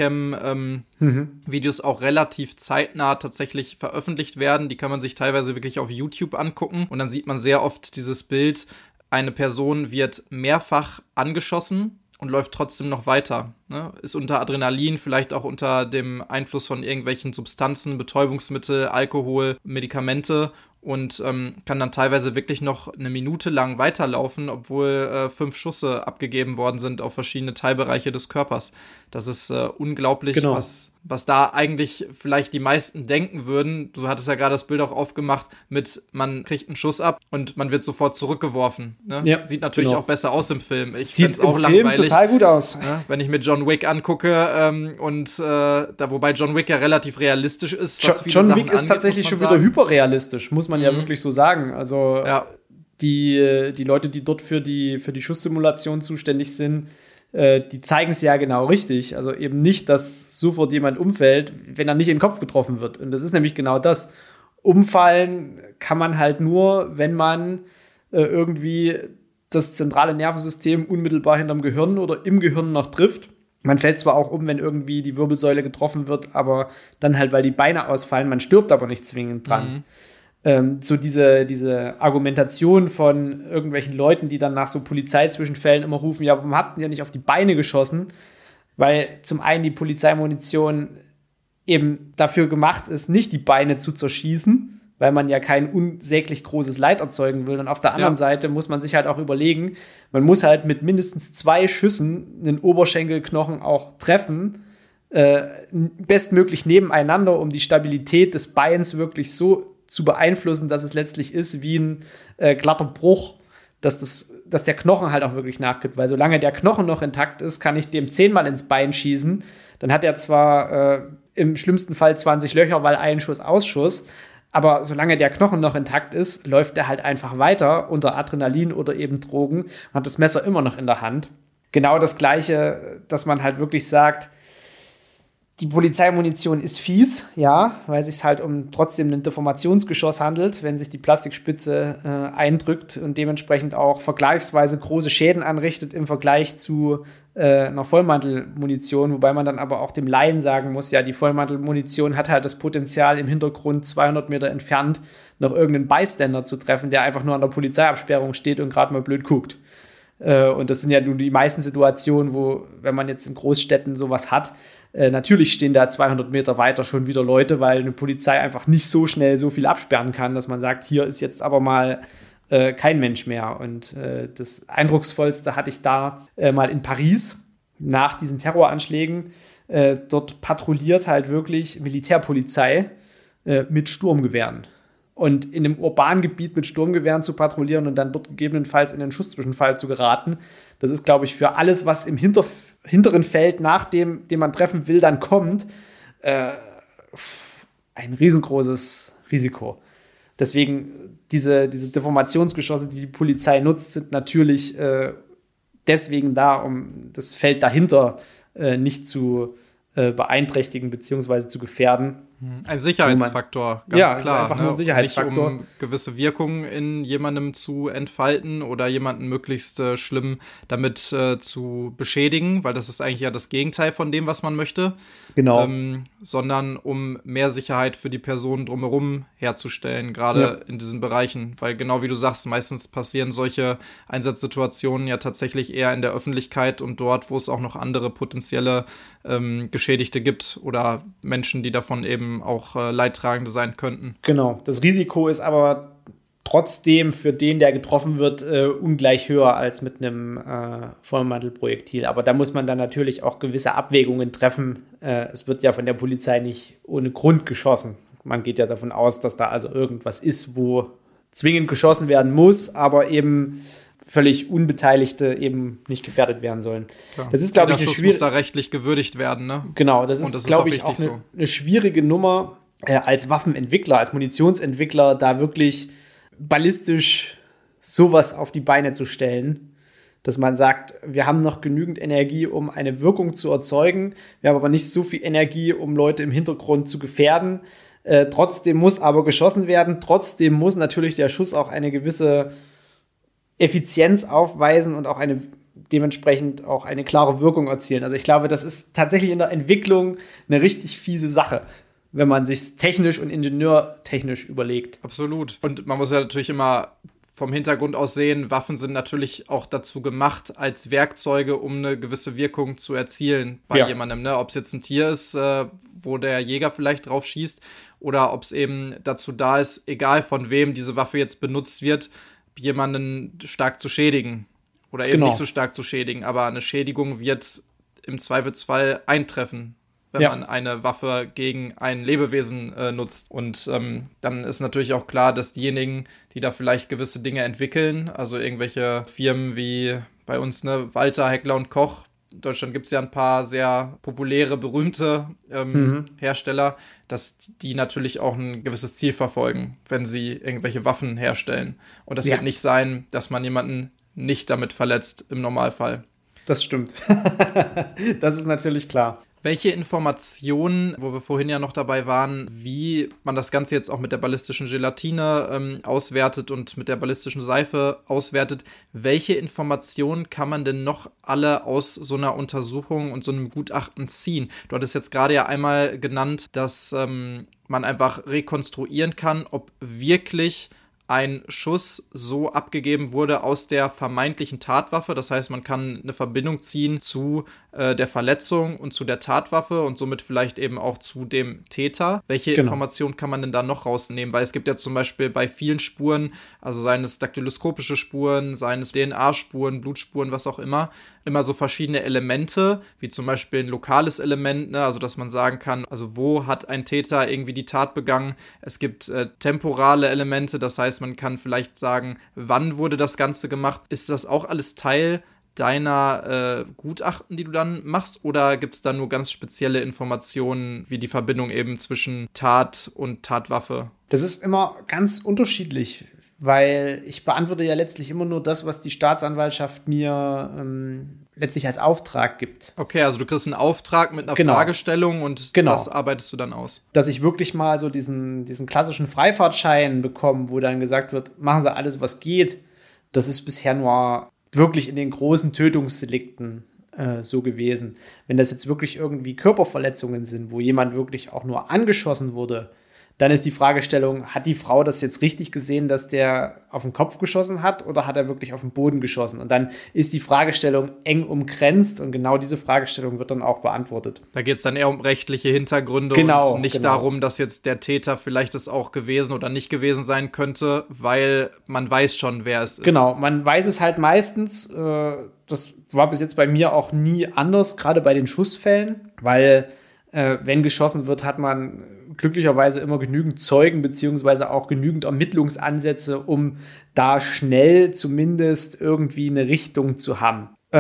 Bodycam-Videos ähm, mhm. auch relativ zeitnah tatsächlich veröffentlicht werden, die kann man sich teilweise wirklich auf YouTube angucken und dann sieht man sehr oft dieses Bild, eine Person wird mehrfach angeschossen und läuft trotzdem noch weiter. Ne? Ist unter Adrenalin, vielleicht auch unter dem Einfluss von irgendwelchen Substanzen, Betäubungsmittel, Alkohol, Medikamente und ähm, kann dann teilweise wirklich noch eine Minute lang weiterlaufen, obwohl äh, fünf Schüsse abgegeben worden sind auf verschiedene Teilbereiche des Körpers. Das ist äh, unglaublich, genau. was, was da eigentlich vielleicht die meisten denken würden. Du hattest ja gerade das Bild auch aufgemacht mit, man kriegt einen Schuss ab und man wird sofort zurückgeworfen. Ne? Ja, Sieht natürlich genau. auch besser aus im Film. Ich Sieht find's auch im langweilig. Film total gut aus. Ne? Wenn ich mir John Wick angucke ähm, und äh, da, wobei John Wick ja relativ realistisch ist, was jo- viele John Sachen Wick ist angeht, tatsächlich schon sagen. wieder hyperrealistisch, muss man mhm. ja wirklich so sagen. Also ja. die, die Leute, die dort für die, für die Schusssimulation zuständig sind, äh, die zeigen es ja genau richtig. Also eben nicht, dass sofort jemand umfällt, wenn er nicht in den Kopf getroffen wird. Und das ist nämlich genau das. Umfallen kann man halt nur, wenn man äh, irgendwie das zentrale Nervensystem unmittelbar hinterm Gehirn oder im Gehirn noch trifft. Man fällt zwar auch um, wenn irgendwie die Wirbelsäule getroffen wird, aber dann halt, weil die Beine ausfallen, man stirbt aber nicht zwingend dran. Mhm. Ähm, so diese, diese Argumentation von irgendwelchen Leuten, die dann nach so Polizeizwischenfällen immer rufen, ja, warum habt ihr nicht auf die Beine geschossen? Weil zum einen die Polizeimunition eben dafür gemacht ist, nicht die Beine zu zerschießen, weil man ja kein unsäglich großes Leid erzeugen will. Und auf der anderen ja. Seite muss man sich halt auch überlegen, man muss halt mit mindestens zwei Schüssen einen Oberschenkelknochen auch treffen, äh, bestmöglich nebeneinander, um die Stabilität des Beins wirklich so zu beeinflussen, dass es letztlich ist wie ein äh, glatter Bruch, dass, das, dass der Knochen halt auch wirklich nachgibt. Weil solange der Knochen noch intakt ist, kann ich dem zehnmal ins Bein schießen. Dann hat er zwar äh, im schlimmsten Fall zwanzig Löcher, weil Einschuss, Ausschuss, aber solange der Knochen noch intakt ist, läuft er halt einfach weiter unter Adrenalin oder eben Drogen und hat das Messer immer noch in der Hand. Genau das Gleiche, dass man halt wirklich sagt, die Polizeimunition ist fies, ja, weil es sich halt um trotzdem ein Deformationsgeschoss handelt, wenn sich die Plastikspitze äh, eindrückt und dementsprechend auch vergleichsweise große Schäden anrichtet im Vergleich zu äh, einer Vollmantelmunition, wobei man dann aber auch dem Laien sagen muss, ja, die Vollmantelmunition hat halt das Potenzial, im Hintergrund zweihundert Meter entfernt noch irgendeinen Bystander zu treffen, der einfach nur an der Polizeiabsperrung steht und gerade mal blöd guckt. Äh, und das sind ja nun die meisten Situationen, wo, wenn man jetzt in Großstädten sowas hat, Äh, natürlich stehen da zweihundert Meter weiter schon wieder Leute, weil eine Polizei einfach nicht so schnell so viel absperren kann, dass man sagt, hier ist jetzt aber mal äh, kein Mensch mehr. Und äh, das Eindrucksvollste hatte ich da äh, mal in Paris nach diesen Terroranschlägen. Äh, dort patrouilliert halt wirklich Militärpolizei äh, mit Sturmgewehren. Und in einem urbanen Gebiet mit Sturmgewehren zu patrouillieren und dann dort gegebenenfalls in einen Schusszwischenfall zu geraten, das ist, glaube ich, für alles, was im Hinter- hinteren Feld nach dem, den man treffen will, dann kommt, äh, ein riesengroßes Risiko. Deswegen diese, diese Deformationsgeschosse, die die Polizei nutzt, sind natürlich äh, deswegen da, um das Feld dahinter äh, nicht zu äh, beeinträchtigen bzw. zu gefährden. Ein Sicherheitsfaktor, ganz ja, klar. Ist einfach ne? nur ein Sicherheitsfaktor. Nicht, um gewisse Wirkungen in jemandem zu entfalten oder jemanden möglichst äh, schlimm damit äh, zu beschädigen, weil das ist eigentlich ja das Gegenteil von dem, was man möchte. Genau. Ähm, sondern um mehr Sicherheit für die Personen drumherum herzustellen, gerade ja. in diesen Bereichen. Weil genau wie du sagst, meistens passieren solche Einsatzsituationen ja tatsächlich eher in der Öffentlichkeit und dort, wo es auch noch andere potenzielle ähm, Geschädigte gibt oder Menschen, die davon eben auch äh, Leidtragende sein könnten. Genau. Das Risiko ist aber trotzdem für den, der getroffen wird, äh, ungleich höher als mit einem äh, Vollmantelprojektil. Aber da muss man dann natürlich auch gewisse Abwägungen treffen. Äh, es wird ja von der Polizei nicht ohne Grund geschossen. Man geht ja davon aus, dass da also irgendwas ist, wo zwingend geschossen werden muss, aber eben völlig Unbeteiligte eben nicht gefährdet werden sollen. Klar. Das ist, glaube ich, eine schwierige... muss da rechtlich gewürdigt werden, ne? Genau, das ist, das glaube ich, auch, auch eine, so. eine schwierige Nummer, äh, als Waffenentwickler, als Munitionsentwickler, da wirklich ballistisch sowas auf die Beine zu stellen, dass man sagt, wir haben noch genügend Energie, um eine Wirkung zu erzeugen, wir haben aber nicht so viel Energie, um Leute im Hintergrund zu gefährden. Äh, trotzdem muss aber geschossen werden, trotzdem muss natürlich der Schuss auch eine gewisse Effizienz aufweisen und auch eine dementsprechend auch eine klare Wirkung erzielen. Also ich glaube, das ist tatsächlich in der Entwicklung eine richtig fiese Sache, wenn man sich technisch und ingenieurtechnisch überlegt. Absolut. Und man muss ja natürlich immer vom Hintergrund aus sehen, Waffen sind natürlich auch dazu gemacht, als Werkzeuge, um eine gewisse Wirkung zu erzielen bei ja. jemandem. Ne? Ob es jetzt ein Tier ist, äh, wo der Jäger vielleicht drauf schießt, oder ob es eben dazu da ist, egal von wem diese Waffe jetzt benutzt wird, jemanden stark zu schädigen oder eben genau. nicht so stark zu schädigen, aber eine Schädigung wird im Zweifelsfall eintreffen, wenn ja. man eine Waffe gegen ein Lebewesen äh, nutzt. Und ähm, dann ist natürlich auch klar, dass diejenigen, die da vielleicht gewisse Dinge entwickeln, also irgendwelche Firmen wie bei uns, ne, Walter, Heckler und Koch, in Deutschland gibt es ja ein paar sehr populäre, berühmte ähm, mhm. Hersteller, dass die natürlich auch ein gewisses Ziel verfolgen, wenn sie irgendwelche Waffen herstellen. Und das ja. wird nicht sein, dass man jemanden nicht damit verletzt im Normalfall. Das stimmt. Das ist natürlich klar. Welche Informationen, wo wir vorhin ja noch dabei waren, wie man das Ganze jetzt auch mit der ballistischen Gelatine ähm, auswertet und mit der ballistischen Seife auswertet, welche Informationen kann man denn noch alle aus so einer Untersuchung und so einem Gutachten ziehen? Du hattest jetzt gerade ja einmal genannt, dass ähm, man einfach rekonstruieren kann, ob wirklich ein Schuss so abgegeben wurde aus der vermeintlichen Tatwaffe. Das heißt, man kann eine Verbindung ziehen zu äh, der Verletzung und zu der Tatwaffe und somit vielleicht eben auch zu dem Täter. Welche genau. Informationen kann man denn da noch rausnehmen? Weil es gibt ja zum Beispiel bei vielen Spuren, also seien es daktyloskopische Spuren, seien es D N A-Spuren, Blutspuren, was auch immer, immer so verschiedene Elemente, wie zum Beispiel ein lokales Element, ne? Also dass man sagen kann, also wo hat ein Täter irgendwie die Tat begangen? Es gibt äh, temporale Elemente, das heißt, man kann vielleicht sagen, wann wurde das Ganze gemacht. Ist das auch alles Teil deiner äh, Gutachten, die du dann machst? Oder gibt es da nur ganz spezielle Informationen, wie die Verbindung eben zwischen Tat und Tatwaffe? Das ist immer ganz unterschiedlich, weil ich beantworte ja letztlich immer nur das, was die Staatsanwaltschaft mir ähm, letztlich als Auftrag gibt. Okay, also du kriegst einen Auftrag mit einer genau. Fragestellung und genau. das arbeitest du dann aus. Dass ich wirklich mal so diesen, diesen klassischen Freifahrtschein bekomme, wo dann gesagt wird, machen Sie alles, was geht. Das ist bisher nur wirklich in den großen Tötungsdelikten äh, so gewesen. Wenn das jetzt wirklich irgendwie Körperverletzungen sind, wo jemand wirklich auch nur angeschossen wurde, dann ist die Fragestellung, hat die Frau das jetzt richtig gesehen, dass der auf den Kopf geschossen hat oder hat er wirklich auf den Boden geschossen? Und dann ist die Fragestellung eng umgrenzt und genau diese Fragestellung wird dann auch beantwortet. Da geht es dann eher um rechtliche Hintergründe genau, und nicht genau. darum, dass jetzt der Täter vielleicht es auch gewesen oder nicht gewesen sein könnte, weil man weiß schon, wer es ist. Genau, man weiß es halt meistens. Äh, das war bis jetzt bei mir auch nie anders, gerade bei den Schussfällen, weil äh, wenn geschossen wird, hat man glücklicherweise immer genügend Zeugen beziehungsweise auch genügend Ermittlungsansätze, um da schnell zumindest irgendwie eine Richtung zu haben. Äh,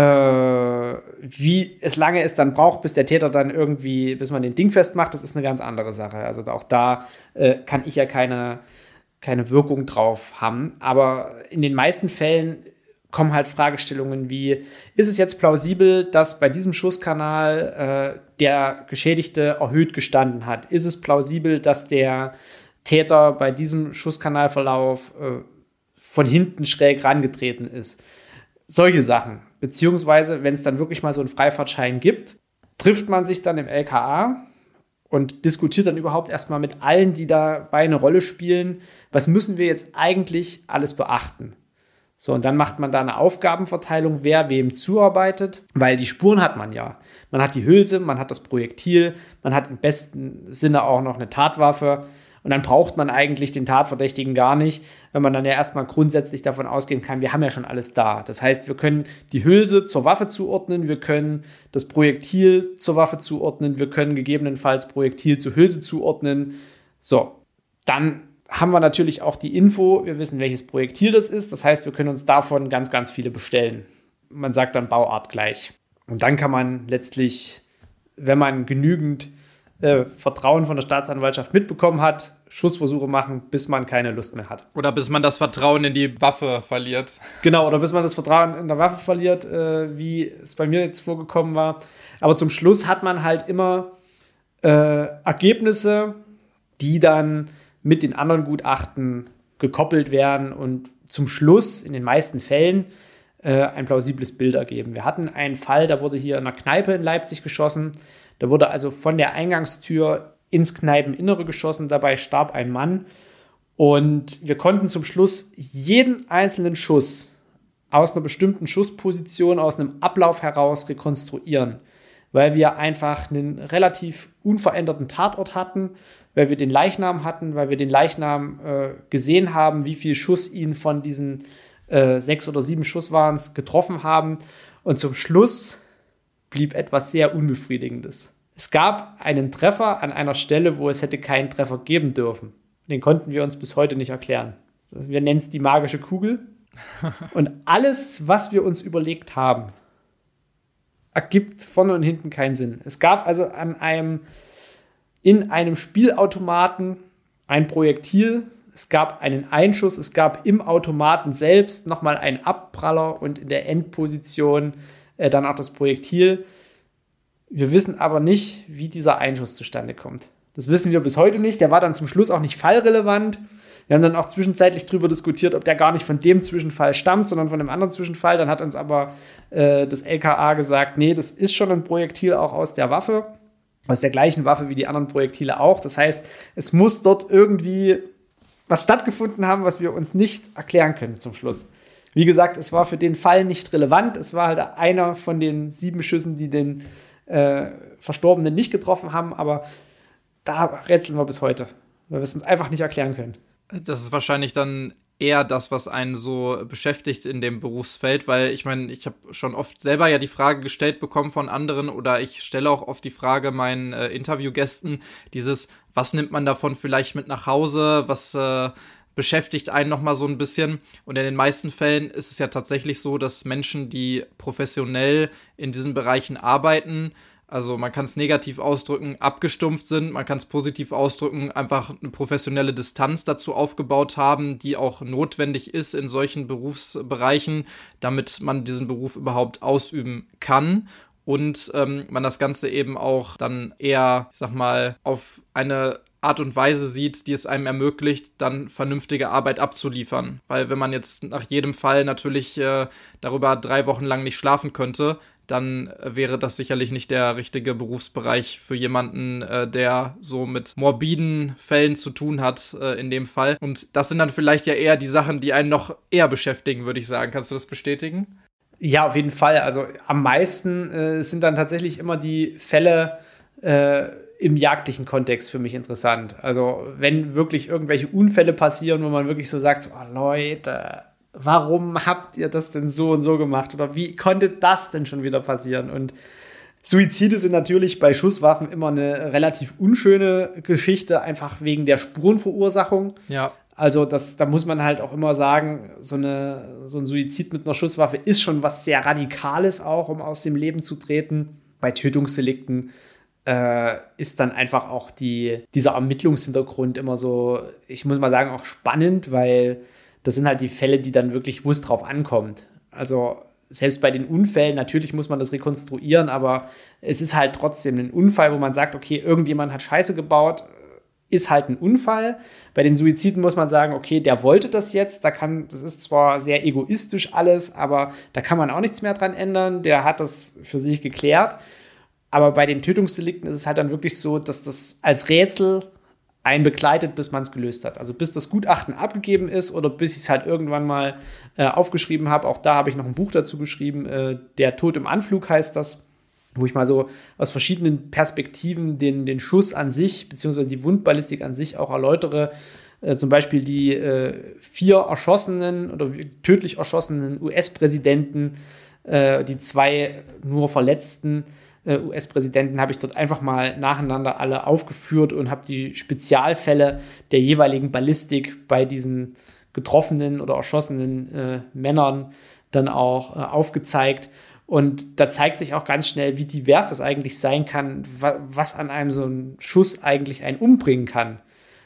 wie es lange es dann braucht, bis der Täter dann irgendwie, bis man den Ding festmacht, das ist eine ganz andere Sache. Also auch da äh, kann ich ja keine, keine Wirkung drauf haben. Aber in den meisten Fällen kommen halt Fragestellungen wie, ist es jetzt plausibel, dass bei diesem Schusskanal äh, der Geschädigte erhöht gestanden hat? Ist es plausibel, dass der Täter bei diesem Schusskanalverlauf äh, von hinten schräg rangetreten ist? Solche Sachen. Beziehungsweise, wenn es dann wirklich mal so einen Freifahrtschein gibt, trifft man sich dann im L K A und diskutiert dann überhaupt erstmal mit allen, die dabei eine Rolle spielen, was müssen wir jetzt eigentlich alles beachten? So, und dann macht man da eine Aufgabenverteilung, wer wem zuarbeitet, weil die Spuren hat man ja. Man hat die Hülse, man hat das Projektil, man hat im besten Sinne auch noch eine Tatwaffe und dann braucht man eigentlich den Tatverdächtigen gar nicht, wenn man dann ja erstmal grundsätzlich davon ausgehen kann, wir haben ja schon alles da. Das heißt, wir können die Hülse zur Waffe zuordnen, wir können das Projektil zur Waffe zuordnen, wir können gegebenenfalls Projektil zur Hülse zuordnen. So, dann haben wir natürlich auch die Info, wir wissen, welches Projektil das ist. Das heißt, wir können uns davon ganz, ganz viele bestellen. Man sagt dann Bauart gleich. Und dann kann man letztlich, wenn man genügend äh, Vertrauen von der Staatsanwaltschaft mitbekommen hat, Schussversuche machen, bis man keine Lust mehr hat. Oder bis man das Vertrauen in die Waffe verliert. Genau, oder bis man das Vertrauen in der Waffe verliert, äh, wie es bei mir jetzt vorgekommen war. Aber zum Schluss hat man halt immer äh, Ergebnisse, die dann mit den anderen Gutachten gekoppelt werden und zum Schluss in den meisten Fällen äh, ein plausibles Bild ergeben. Wir hatten einen Fall, da wurde hier in einer Kneipe in Leipzig geschossen. Da wurde also von der Eingangstür ins Kneipeninnere geschossen. Dabei starb ein Mann. Und wir konnten zum Schluss jeden einzelnen Schuss aus einer bestimmten Schussposition, aus einem Ablauf heraus rekonstruieren, weil wir einfach einen relativ unveränderten Tatort hatten, weil wir den Leichnam hatten, weil wir den Leichnam äh, gesehen haben, wie viel Schuss ihn von diesen äh, sechs oder sieben Schuss waren es getroffen haben. Und zum Schluss blieb etwas sehr Unbefriedigendes. Es gab einen Treffer an einer Stelle, wo es hätte keinen Treffer geben dürfen. Den konnten wir uns bis heute nicht erklären. Wir nennen es die magische Kugel. Und alles, was wir uns überlegt haben, ergibt vorne und hinten keinen Sinn. Es gab also an einem in einem Spielautomaten ein Projektil, es gab einen Einschuss, es gab im Automaten selbst nochmal einen Abpraller und in der Endposition äh, dann auch das Projektil. Wir wissen aber nicht, wie dieser Einschuss zustande kommt. Das wissen wir bis heute nicht. Der war dann zum Schluss auch nicht fallrelevant. Wir haben dann auch zwischenzeitlich darüber diskutiert, ob der gar nicht von dem Zwischenfall stammt, sondern von einem anderen Zwischenfall. Dann hat uns aber äh, das L K A gesagt, nee, das ist schon ein Projektil auch aus der Waffe, aus der gleichen Waffe wie die anderen Projektile auch. Das heißt, es muss dort irgendwie was stattgefunden haben, was wir uns nicht erklären können zum Schluss. Wie gesagt, es war für den Fall nicht relevant. Es war halt einer von den sieben Schüssen, die den äh, Verstorbenen nicht getroffen haben, aber da rätseln wir bis heute, weil wir es uns einfach nicht erklären können. Das ist wahrscheinlich dann eher das, was einen so beschäftigt in dem Berufsfeld, weil ich meine, ich habe schon oft selber ja die Frage gestellt bekommen von anderen oder ich stelle auch oft die Frage meinen äh, Interviewgästen, dieses, was nimmt man davon vielleicht mit nach Hause, was äh, beschäftigt einen nochmal so ein bisschen. Und in den meisten Fällen ist es ja tatsächlich so, dass Menschen, die professionell in diesen Bereichen arbeiten, also man kann es negativ ausdrücken, abgestumpft sind, man kann es positiv ausdrücken, einfach eine professionelle Distanz dazu aufgebaut haben, die auch notwendig ist in solchen Berufsbereichen, damit man diesen Beruf überhaupt ausüben kann. Und ähm, man das Ganze eben auch dann eher, ich sag mal, auf eine Art und Weise sieht, die es einem ermöglicht, dann vernünftige Arbeit abzuliefern. Weil wenn man jetzt nach jedem Fall natürlich äh, darüber drei Wochen lang nicht schlafen könnte, dann wäre das sicherlich nicht der richtige Berufsbereich für jemanden, äh, der so mit morbiden Fällen zu tun hat äh, in dem Fall. Und das sind dann vielleicht ja eher die Sachen, die einen noch eher beschäftigen, würde ich sagen. Kannst du das bestätigen? Ja, auf jeden Fall. Also am meisten äh, sind dann tatsächlich immer die Fälle äh, im jagdlichen Kontext für mich interessant. Also wenn wirklich irgendwelche Unfälle passieren, wo man wirklich so sagt, so, oh, Leute, warum habt ihr das denn so und so gemacht? Oder wie konnte das denn schon wieder passieren? Und Suizide sind natürlich bei Schusswaffen immer eine relativ unschöne Geschichte, einfach wegen der Spurenverursachung. Ja. Also das, da muss man halt auch immer sagen, so, eine, so ein Suizid mit einer Schusswaffe ist schon was sehr Radikales auch, um aus dem Leben zu treten. Bei Tötungsdelikten äh, ist dann einfach auch die, dieser Ermittlungshintergrund immer so, ich muss mal sagen, auch spannend, weil das sind halt die Fälle, die dann wirklich, wo es drauf ankommt. Also selbst bei den Unfällen, natürlich muss man das rekonstruieren, aber es ist halt trotzdem ein Unfall, wo man sagt, okay, irgendjemand hat Scheiße gebaut, ist halt ein Unfall. Bei den Suiziden muss man sagen, okay, der wollte das jetzt, da kann, das ist zwar sehr egoistisch alles, aber da kann man auch nichts mehr dran ändern, der hat das für sich geklärt. Aber bei den Tötungsdelikten ist es halt dann wirklich so, dass das als Rätsel einen begleitet, bis man es gelöst hat. Also bis das Gutachten abgegeben ist oder bis ich es halt irgendwann mal äh, aufgeschrieben habe. Auch da habe ich noch ein Buch dazu geschrieben. Äh, Der Tod im Anflug heißt das, wo ich mal so aus verschiedenen Perspektiven den, den Schuss an sich, beziehungsweise die Wundballistik an sich auch erläutere. Äh, zum Beispiel die äh, vier erschossenen oder tödlich erschossenen U S-Präsidenten, äh, die zwei nur verletzten U S-Präsidenten habe ich dort einfach mal nacheinander alle aufgeführt und habe die Spezialfälle der jeweiligen Ballistik bei diesen getroffenen oder erschossenen äh, Männern dann auch äh, aufgezeigt. Und da zeigt sich auch ganz schnell, wie divers das eigentlich sein kann, wa- was an einem so ein Schuss eigentlich einen umbringen kann.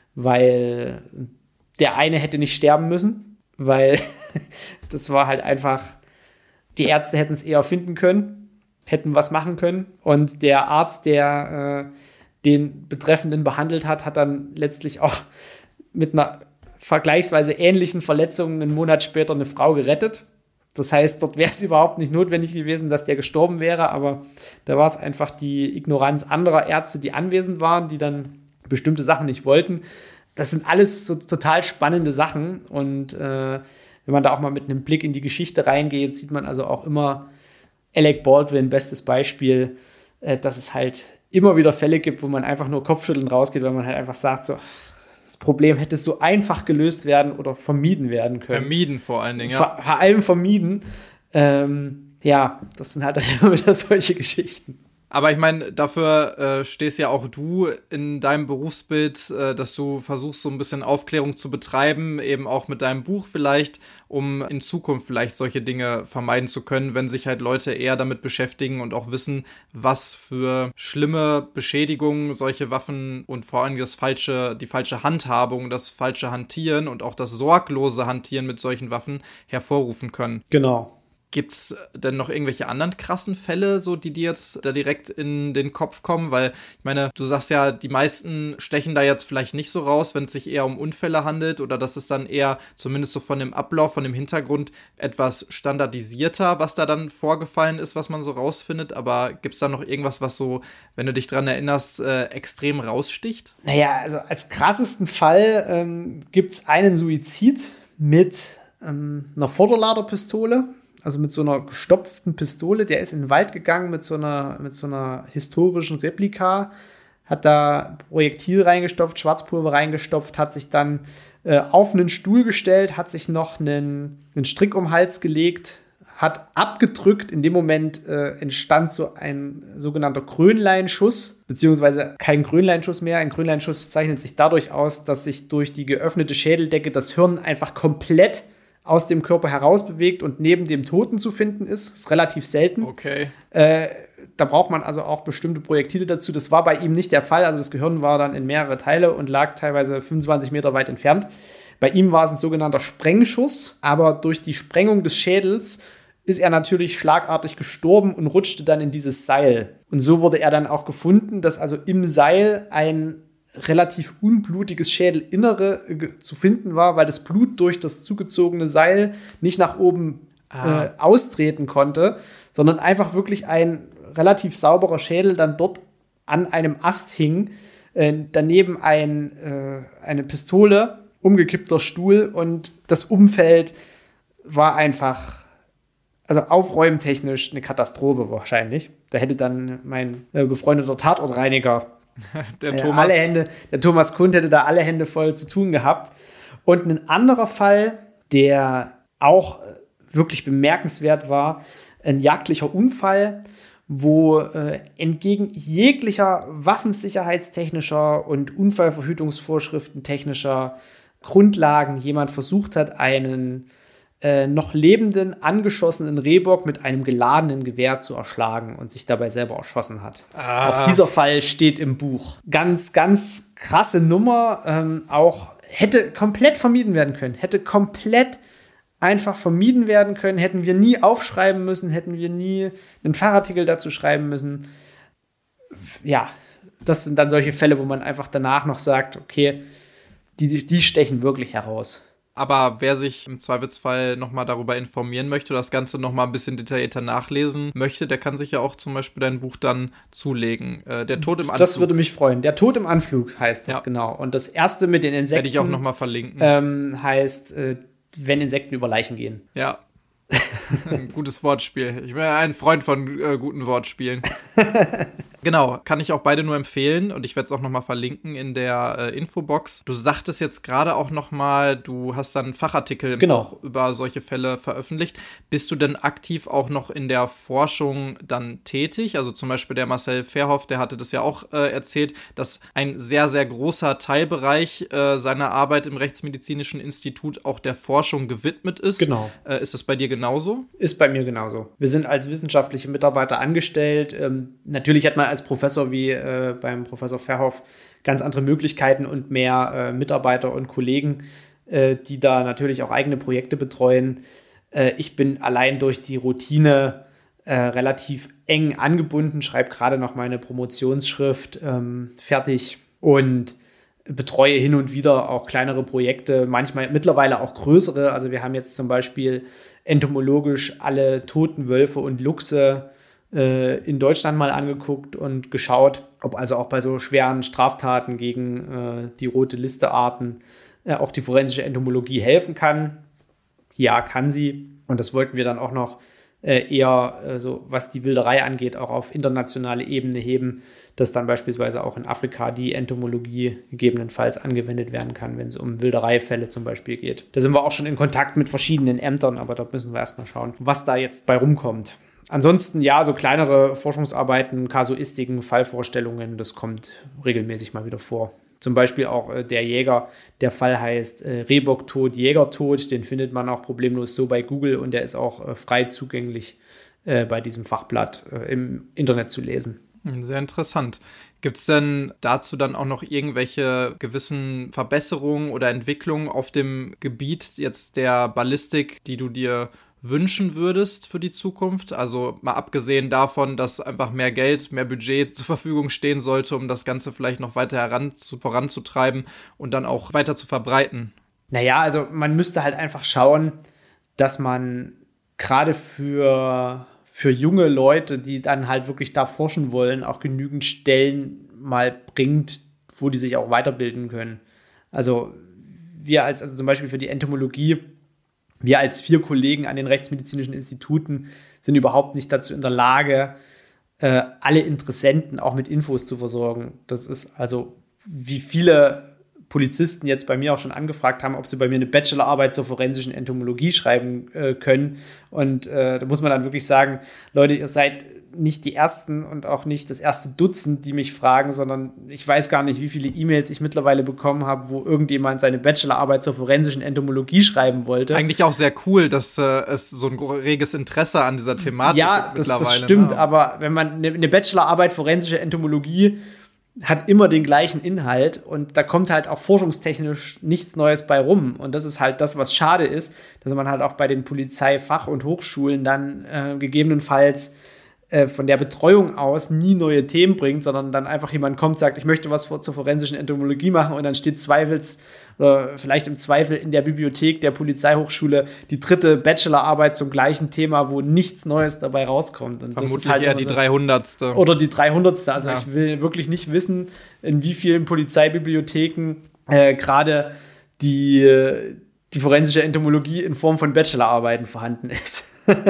Weil der eine hätte nicht sterben müssen, weil das war halt einfach, die Ärzte hätten es eher finden können, hätten was machen können. Und der Arzt, der äh, den Betreffenden behandelt hat, hat dann letztlich auch mit einer vergleichsweise ähnlichen Verletzung einen Monat später eine Frau gerettet. Das heißt, dort wäre es überhaupt nicht notwendig gewesen, dass der gestorben wäre, aber da war es einfach die Ignoranz anderer Ärzte, die anwesend waren, die dann bestimmte Sachen nicht wollten. Das sind alles so total spannende Sachen und äh, wenn man da auch mal mit einem Blick in die Geschichte reingeht, sieht man also auch immer Alec Baldwin, bestes Beispiel, äh, dass es halt immer wieder Fälle gibt, wo man einfach nur Kopfschütteln rausgeht, weil man halt einfach sagt, so, das Problem hätte so einfach gelöst werden oder vermieden werden können. Vermieden vor allen Dingen, ja. Vor, vor allem vermieden. Ähm, ja, das sind halt dann immer wieder solche Geschichten. Aber ich meine, dafür äh, stehst ja auch du in deinem Berufsbild, äh, dass du versuchst, so ein bisschen Aufklärung zu betreiben, eben auch mit deinem Buch vielleicht, um in Zukunft vielleicht solche Dinge vermeiden zu können, wenn sich halt Leute eher damit beschäftigen und auch wissen, was für schlimme Beschädigungen solche Waffen und vor allem das falsche, die falsche Handhabung, das falsche Hantieren und auch das sorglose Hantieren mit solchen Waffen hervorrufen können. Genau. Gibt es denn noch irgendwelche anderen krassen Fälle, so die dir jetzt da direkt in den Kopf kommen? Weil, ich meine, du sagst ja, die meisten stechen da jetzt vielleicht nicht so raus, wenn es sich eher um Unfälle handelt oder das ist dann eher, zumindest so von dem Ablauf, von dem Hintergrund, etwas standardisierter, was da dann vorgefallen ist, was man so rausfindet. Aber gibt es da noch irgendwas, was so, wenn du dich dran erinnerst, äh, extrem raussticht? Naja, also als krassesten Fall ähm, gibt es einen Suizid mit ähm, einer Vorderladerpistole. Also mit so einer gestopften Pistole, der ist in den Wald gegangen mit so einer, mit so einer historischen Replika, hat da Projektil reingestopft, Schwarzpulver reingestopft, hat sich dann äh, auf einen Stuhl gestellt, hat sich noch einen, einen Strick um den Hals gelegt, hat abgedrückt. In dem Moment äh, entstand so ein sogenannter Krönleinschuss, beziehungsweise kein Krönleinschuss mehr. Ein Krönleinschuss zeichnet sich dadurch aus, dass sich durch die geöffnete Schädeldecke das Hirn einfach komplett aus dem Körper herausbewegt und neben dem Toten zu finden ist. Das ist relativ selten. Okay. Äh, da braucht man also auch bestimmte Projektile dazu. Das war bei ihm nicht der Fall. Also das Gehirn war dann in mehrere Teile und lag teilweise fünfundzwanzig Meter weit entfernt. Bei ihm war es ein sogenannter Sprengschuss, aber durch die Sprengung des Schädels ist er natürlich schlagartig gestorben und rutschte dann in dieses Seil. Und so wurde er dann auch gefunden, dass also im Seil ein relativ unblutiges Schädelinnere äh, zu finden war, weil das Blut durch das zugezogene Seil nicht nach oben ah. äh, austreten konnte, sondern einfach wirklich ein relativ sauberer Schädel dann dort an einem Ast hing, äh, daneben ein, äh, eine Pistole, umgekippter Stuhl und das Umfeld war einfach, also aufräumtechnisch eine Katastrophe wahrscheinlich. Da hätte dann mein äh, befreundeter Tatortreiniger Der Thomas. Äh, alle Hände, der Thomas Kund hätte da alle Hände voll zu tun gehabt. Und ein anderer Fall, der auch wirklich bemerkenswert war, ein jagdlicher Unfall, wo äh, entgegen jeglicher waffensicherheitstechnischer und Unfallverhütungsvorschriften technischer Grundlagen jemand versucht hat, einen äh, noch lebenden, angeschossenen Rehbock mit einem geladenen Gewehr zu erschlagen und sich dabei selber erschossen hat. Ah. Auch dieser Fall steht im Buch. Ganz, ganz krasse Nummer. Ähm, auch hätte komplett vermieden werden können. Hätte komplett einfach vermieden werden können. Hätten wir nie aufschreiben müssen. Hätten wir nie einen Fachartikel dazu schreiben müssen. Ja, das sind dann solche Fälle, wo man einfach danach noch sagt, okay, die, die stechen wirklich heraus. Aber wer sich im Zweifelsfall nochmal darüber informieren möchte oder das Ganze nochmal ein bisschen detaillierter nachlesen möchte, der kann sich ja auch zum Beispiel dein Buch dann zulegen. Äh, der Tod im Anflug. Das würde mich freuen. Der Tod im Anflug heißt das, ja. Genau. Und das erste mit den Insekten. Werde ich auch nochmal verlinken. Ähm, heißt, äh, wenn Insekten über Leichen gehen. Ja. Ein gutes Wortspiel. Ich bin ein Freund von äh, guten Wortspielen. Genau, kann ich auch beide nur empfehlen und ich werde es auch nochmal verlinken in der äh, Infobox. Du sagtest jetzt gerade auch nochmal, du hast dann einen Fachartikel im genau. Buch über solche Fälle veröffentlicht. Bist du denn aktiv auch noch in der Forschung dann tätig? Also zum Beispiel der Marcel Verhoff, der hatte das ja auch äh, erzählt, dass ein sehr, sehr großer Teilbereich äh, seiner Arbeit im Rechtsmedizinischen Institut auch der Forschung gewidmet ist. Genau. Äh, ist das bei dir genauso? Ist bei mir genauso. Wir sind als wissenschaftliche Mitarbeiter angestellt. Ähm, natürlich hat man als Professor wie äh, beim Professor Verhoff ganz andere Möglichkeiten und mehr äh, Mitarbeiter und Kollegen, äh, die da natürlich auch eigene Projekte betreuen. Äh, ich bin allein durch die Routine äh, relativ eng angebunden, schreibe gerade noch meine Promotionsschrift ähm, fertig und betreue hin und wieder auch kleinere Projekte, manchmal mittlerweile auch größere. Also wir haben jetzt zum Beispiel entomologisch alle toten Wölfe und Luchse in Deutschland mal angeguckt und geschaut, ob also auch bei so schweren Straftaten gegen äh, die rote Liste Arten äh, auch die forensische Entomologie helfen kann. Ja, kann sie. Und das wollten wir dann auch noch äh, eher, äh, so was die Wilderei angeht, auch auf internationale Ebene heben, dass dann beispielsweise auch in Afrika die Entomologie gegebenenfalls angewendet werden kann, wenn es um Wildereifälle zum Beispiel geht. Da sind wir auch schon in Kontakt mit verschiedenen Ämtern, aber da müssen wir erstmal schauen, was da jetzt bei rumkommt. Ansonsten, ja, so kleinere Forschungsarbeiten, Kasuistiken, Fallvorstellungen, das kommt regelmäßig mal wieder vor. Zum Beispiel auch äh, der Jäger, der Fall heißt äh, Rehbocktod, Jägertod, den findet man auch problemlos so bei Google und der ist auch äh, frei zugänglich äh, bei diesem Fachblatt äh, im Internet zu lesen. Sehr interessant. Gibt es denn dazu dann auch noch irgendwelche gewissen Verbesserungen oder Entwicklungen auf dem Gebiet jetzt der Ballistik, die du dir wünschen würdest für die Zukunft? Also mal abgesehen davon, dass einfach mehr Geld, mehr Budget zur Verfügung stehen sollte, um das Ganze vielleicht noch weiter heran zu, voranzutreiben und dann auch weiter zu verbreiten. Naja, also man müsste halt einfach schauen, dass man gerade für, für junge Leute, die dann halt wirklich da forschen wollen, auch genügend Stellen mal bringt, wo die sich auch weiterbilden können. Also wir als, also zum Beispiel für die Entomologie, wir als vier Kollegen an den rechtsmedizinischen Instituten sind überhaupt nicht dazu in der Lage, äh, alle Interessenten auch mit Infos zu versorgen. Das ist also, wie viele Polizisten jetzt bei mir auch schon angefragt haben, ob sie bei mir eine Bachelorarbeit zur forensischen Entomologie schreiben äh, können. Und äh, da muss man dann wirklich sagen, Leute, ihr seid nicht die Ersten und auch nicht das erste Dutzend, die mich fragen, sondern ich weiß gar nicht, wie viele E-Mails ich mittlerweile bekommen habe, wo irgendjemand seine Bachelorarbeit zur forensischen Entomologie schreiben wollte. Eigentlich auch sehr cool, dass äh, es so ein reges Interesse an dieser Thematik ja, das, mittlerweile. Ja, das stimmt, ne? Aber wenn man eine, eine Bachelorarbeit forensische Entomologie hat immer den gleichen Inhalt und da kommt halt auch forschungstechnisch nichts Neues bei rum. Und das ist halt das, was schade ist, dass man halt auch bei den Polizeifach- und Hochschulen dann äh, gegebenenfalls äh, von der Betreuung aus nie neue Themen bringt, sondern dann einfach jemand kommt, sagt, ich möchte was vor, zur forensischen Entomologie machen und dann steht Zweifels oder vielleicht im Zweifel in der Bibliothek der Polizeihochschule die dritte Bachelorarbeit zum gleichen Thema, wo nichts Neues dabei rauskommt. Und vermutlich das ist halt eher die so, dreihundertste. Oder die dreihundertste. Also ja. Ich will wirklich nicht wissen, in wie vielen Polizeibibliotheken äh, gerade die, die forensische Entomologie in Form von Bachelorarbeiten vorhanden ist.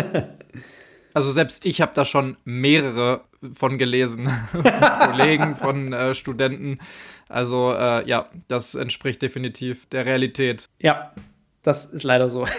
Also selbst ich habe da schon mehrere von gelesen, von Kollegen, von äh, Studenten. Also äh, ja, das entspricht definitiv der Realität. Ja, das ist leider so.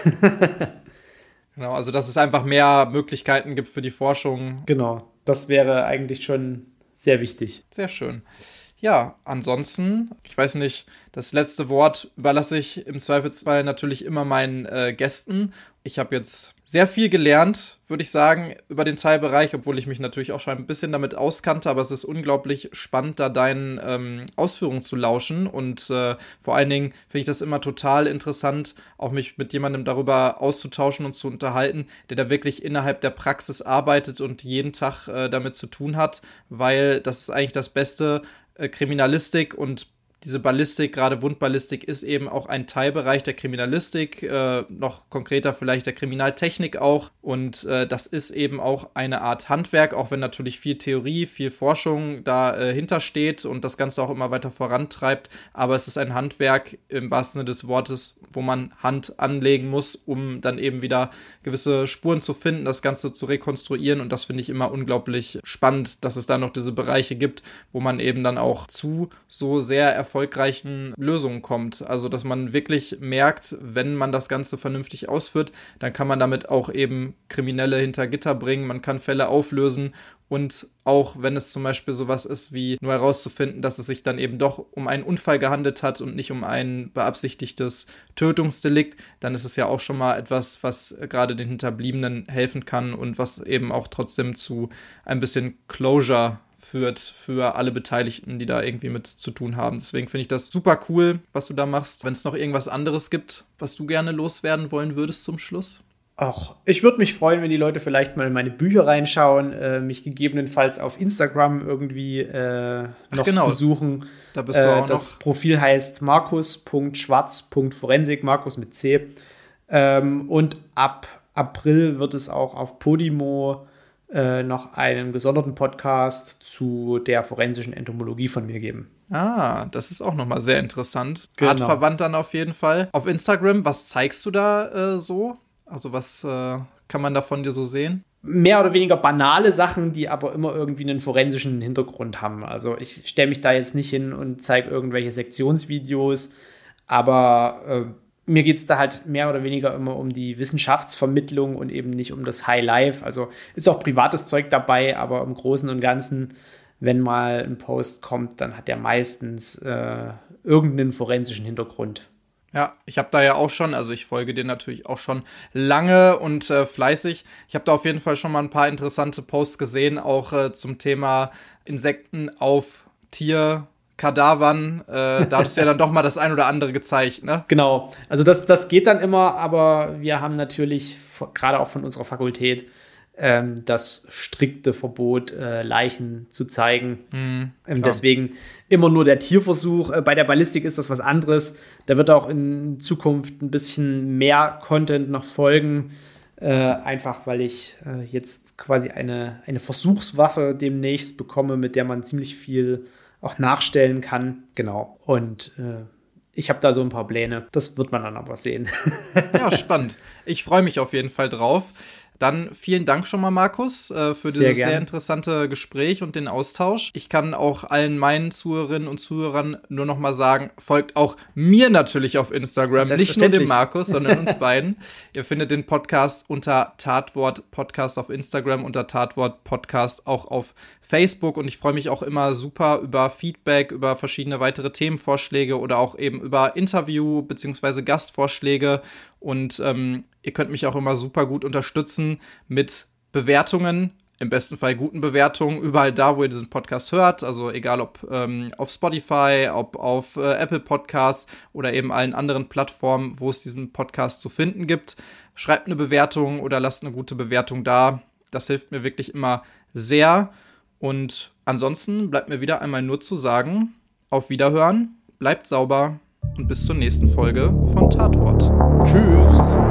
Genau, also dass es einfach mehr Möglichkeiten gibt für die Forschung. Genau, das wäre eigentlich schon sehr wichtig. Sehr schön. Ja, ansonsten, ich weiß nicht, das letzte Wort überlasse ich im Zweifelsfall natürlich immer meinen äh, Gästen. Ich habe jetzt sehr viel gelernt, würde ich sagen, über den Teilbereich, obwohl ich mich natürlich auch schon ein bisschen damit auskannte, aber es ist unglaublich spannend, da deinen ähm, Ausführungen zu lauschen und äh, vor allen Dingen finde ich das immer total interessant, auch mich mit jemandem darüber auszutauschen und zu unterhalten, der da wirklich innerhalb der Praxis arbeitet und jeden Tag äh, damit zu tun hat, weil das ist eigentlich das Beste. Kriminalistik und diese Ballistik, gerade Wundballistik, ist eben auch ein Teilbereich der Kriminalistik, äh, noch konkreter vielleicht der Kriminaltechnik auch. Und äh, das ist eben auch eine Art Handwerk, auch wenn natürlich viel Theorie, viel Forschung dahinter äh, steht und das Ganze auch immer weiter vorantreibt. Aber es ist ein Handwerk im wahrsten Sinne des Wortes, wo man Hand anlegen muss, um dann eben wieder gewisse Spuren zu finden, das Ganze zu rekonstruieren. Und das finde ich immer unglaublich spannend, dass es da noch diese Bereiche gibt, wo man eben dann auch zu so sehr erfolgreich erfolgreichen Lösungen kommt. Also, dass man wirklich merkt, wenn man das Ganze vernünftig ausführt, dann kann man damit auch eben Kriminelle hinter Gitter bringen, man kann Fälle auflösen und auch wenn es zum Beispiel sowas ist, wie nur herauszufinden, dass es sich dann eben doch um einen Unfall gehandelt hat und nicht um ein beabsichtigtes Tötungsdelikt, dann ist es ja auch schon mal etwas, was gerade den Hinterbliebenen helfen kann und was eben auch trotzdem zu ein bisschen Closure führt für alle Beteiligten, die da irgendwie mit zu tun haben. Deswegen finde ich das super cool, was du da machst. Wenn es noch irgendwas anderes gibt, was du gerne loswerden wollen würdest zum Schluss? Ach, ich würde mich freuen, wenn die Leute vielleicht mal in meine Bücher reinschauen, äh, mich gegebenenfalls auf Instagram irgendwie äh, noch Ach, genau. besuchen. Da bist du auch äh, das noch. Profil heißt markus punkt schwarz punkt forensik, Markus mit C. Ähm, und ab April wird es auch auf Podimo Äh, noch einen gesonderten Podcast zu der forensischen Entomologie von mir geben. Ah, das ist auch nochmal sehr interessant. Genau. Artverwandt dann auf jeden Fall. Auf Instagram, was zeigst du da äh, so? Also was äh, kann man da von dir so sehen? Mehr oder weniger banale Sachen, die aber immer irgendwie einen forensischen Hintergrund haben. Also ich stelle mich da jetzt nicht hin und zeige irgendwelche Sektionsvideos, aber äh, mir geht es da halt mehr oder weniger immer um die Wissenschaftsvermittlung und eben nicht um das High Life. Also ist auch privates Zeug dabei, aber im Großen und Ganzen, wenn mal ein Post kommt, dann hat der meistens äh, irgendeinen forensischen Hintergrund. Ja, ich habe da ja auch schon, also ich folge dir natürlich auch schon lange und äh, fleißig. Ich habe da auf jeden Fall schon mal ein paar interessante Posts gesehen, auch äh, zum Thema Insekten auf Tier. Kadavern, äh, da hattest du ja dann doch mal das ein oder andere gezeigt, ne? Genau, also das, das geht dann immer, aber wir haben natürlich, gerade auch von unserer Fakultät, ähm, das strikte Verbot, äh, Leichen zu zeigen. Mhm, ähm, deswegen immer nur der Tierversuch. Äh, bei der Ballistik ist das was anderes. Da wird auch in Zukunft ein bisschen mehr Content noch folgen. Äh, einfach, weil ich äh, jetzt quasi eine, eine Versuchswaffe demnächst bekomme, mit der man ziemlich viel auch nachstellen kann. Genau. Und äh, ich habe da so ein paar Pläne. Das wird man dann aber sehen. Ja, spannend. Ich freue mich auf jeden Fall drauf. Dann vielen Dank schon mal, Markus, äh, für Sehr dieses gern. sehr interessante Gespräch und den Austausch. Ich kann auch allen meinen Zuhörerinnen und Zuhörern nur noch mal sagen, folgt auch mir natürlich auf Instagram, nicht nur dem Markus, sondern uns beiden. Ihr findet den Podcast unter Tatwort Podcast auf Instagram, unter Tatwort Podcast auch auf Facebook und ich freue mich auch immer super über Feedback, über verschiedene weitere Themenvorschläge oder auch eben über Interview- bzw. Gastvorschläge und ähm, ihr könnt mich auch immer super gut unterstützen mit Bewertungen, im besten Fall guten Bewertungen, überall da, wo ihr diesen Podcast hört. Also egal ob ähm, auf Spotify, ob auf äh, Apple Podcasts oder eben allen anderen Plattformen, wo es diesen Podcast zu finden gibt. Schreibt eine Bewertung oder lasst eine gute Bewertung da. Das hilft mir wirklich immer sehr. Und ansonsten bleibt mir wieder einmal nur zu sagen, auf Wiederhören, bleibt sauber und bis zur nächsten Folge von Tatwort. Tschüss.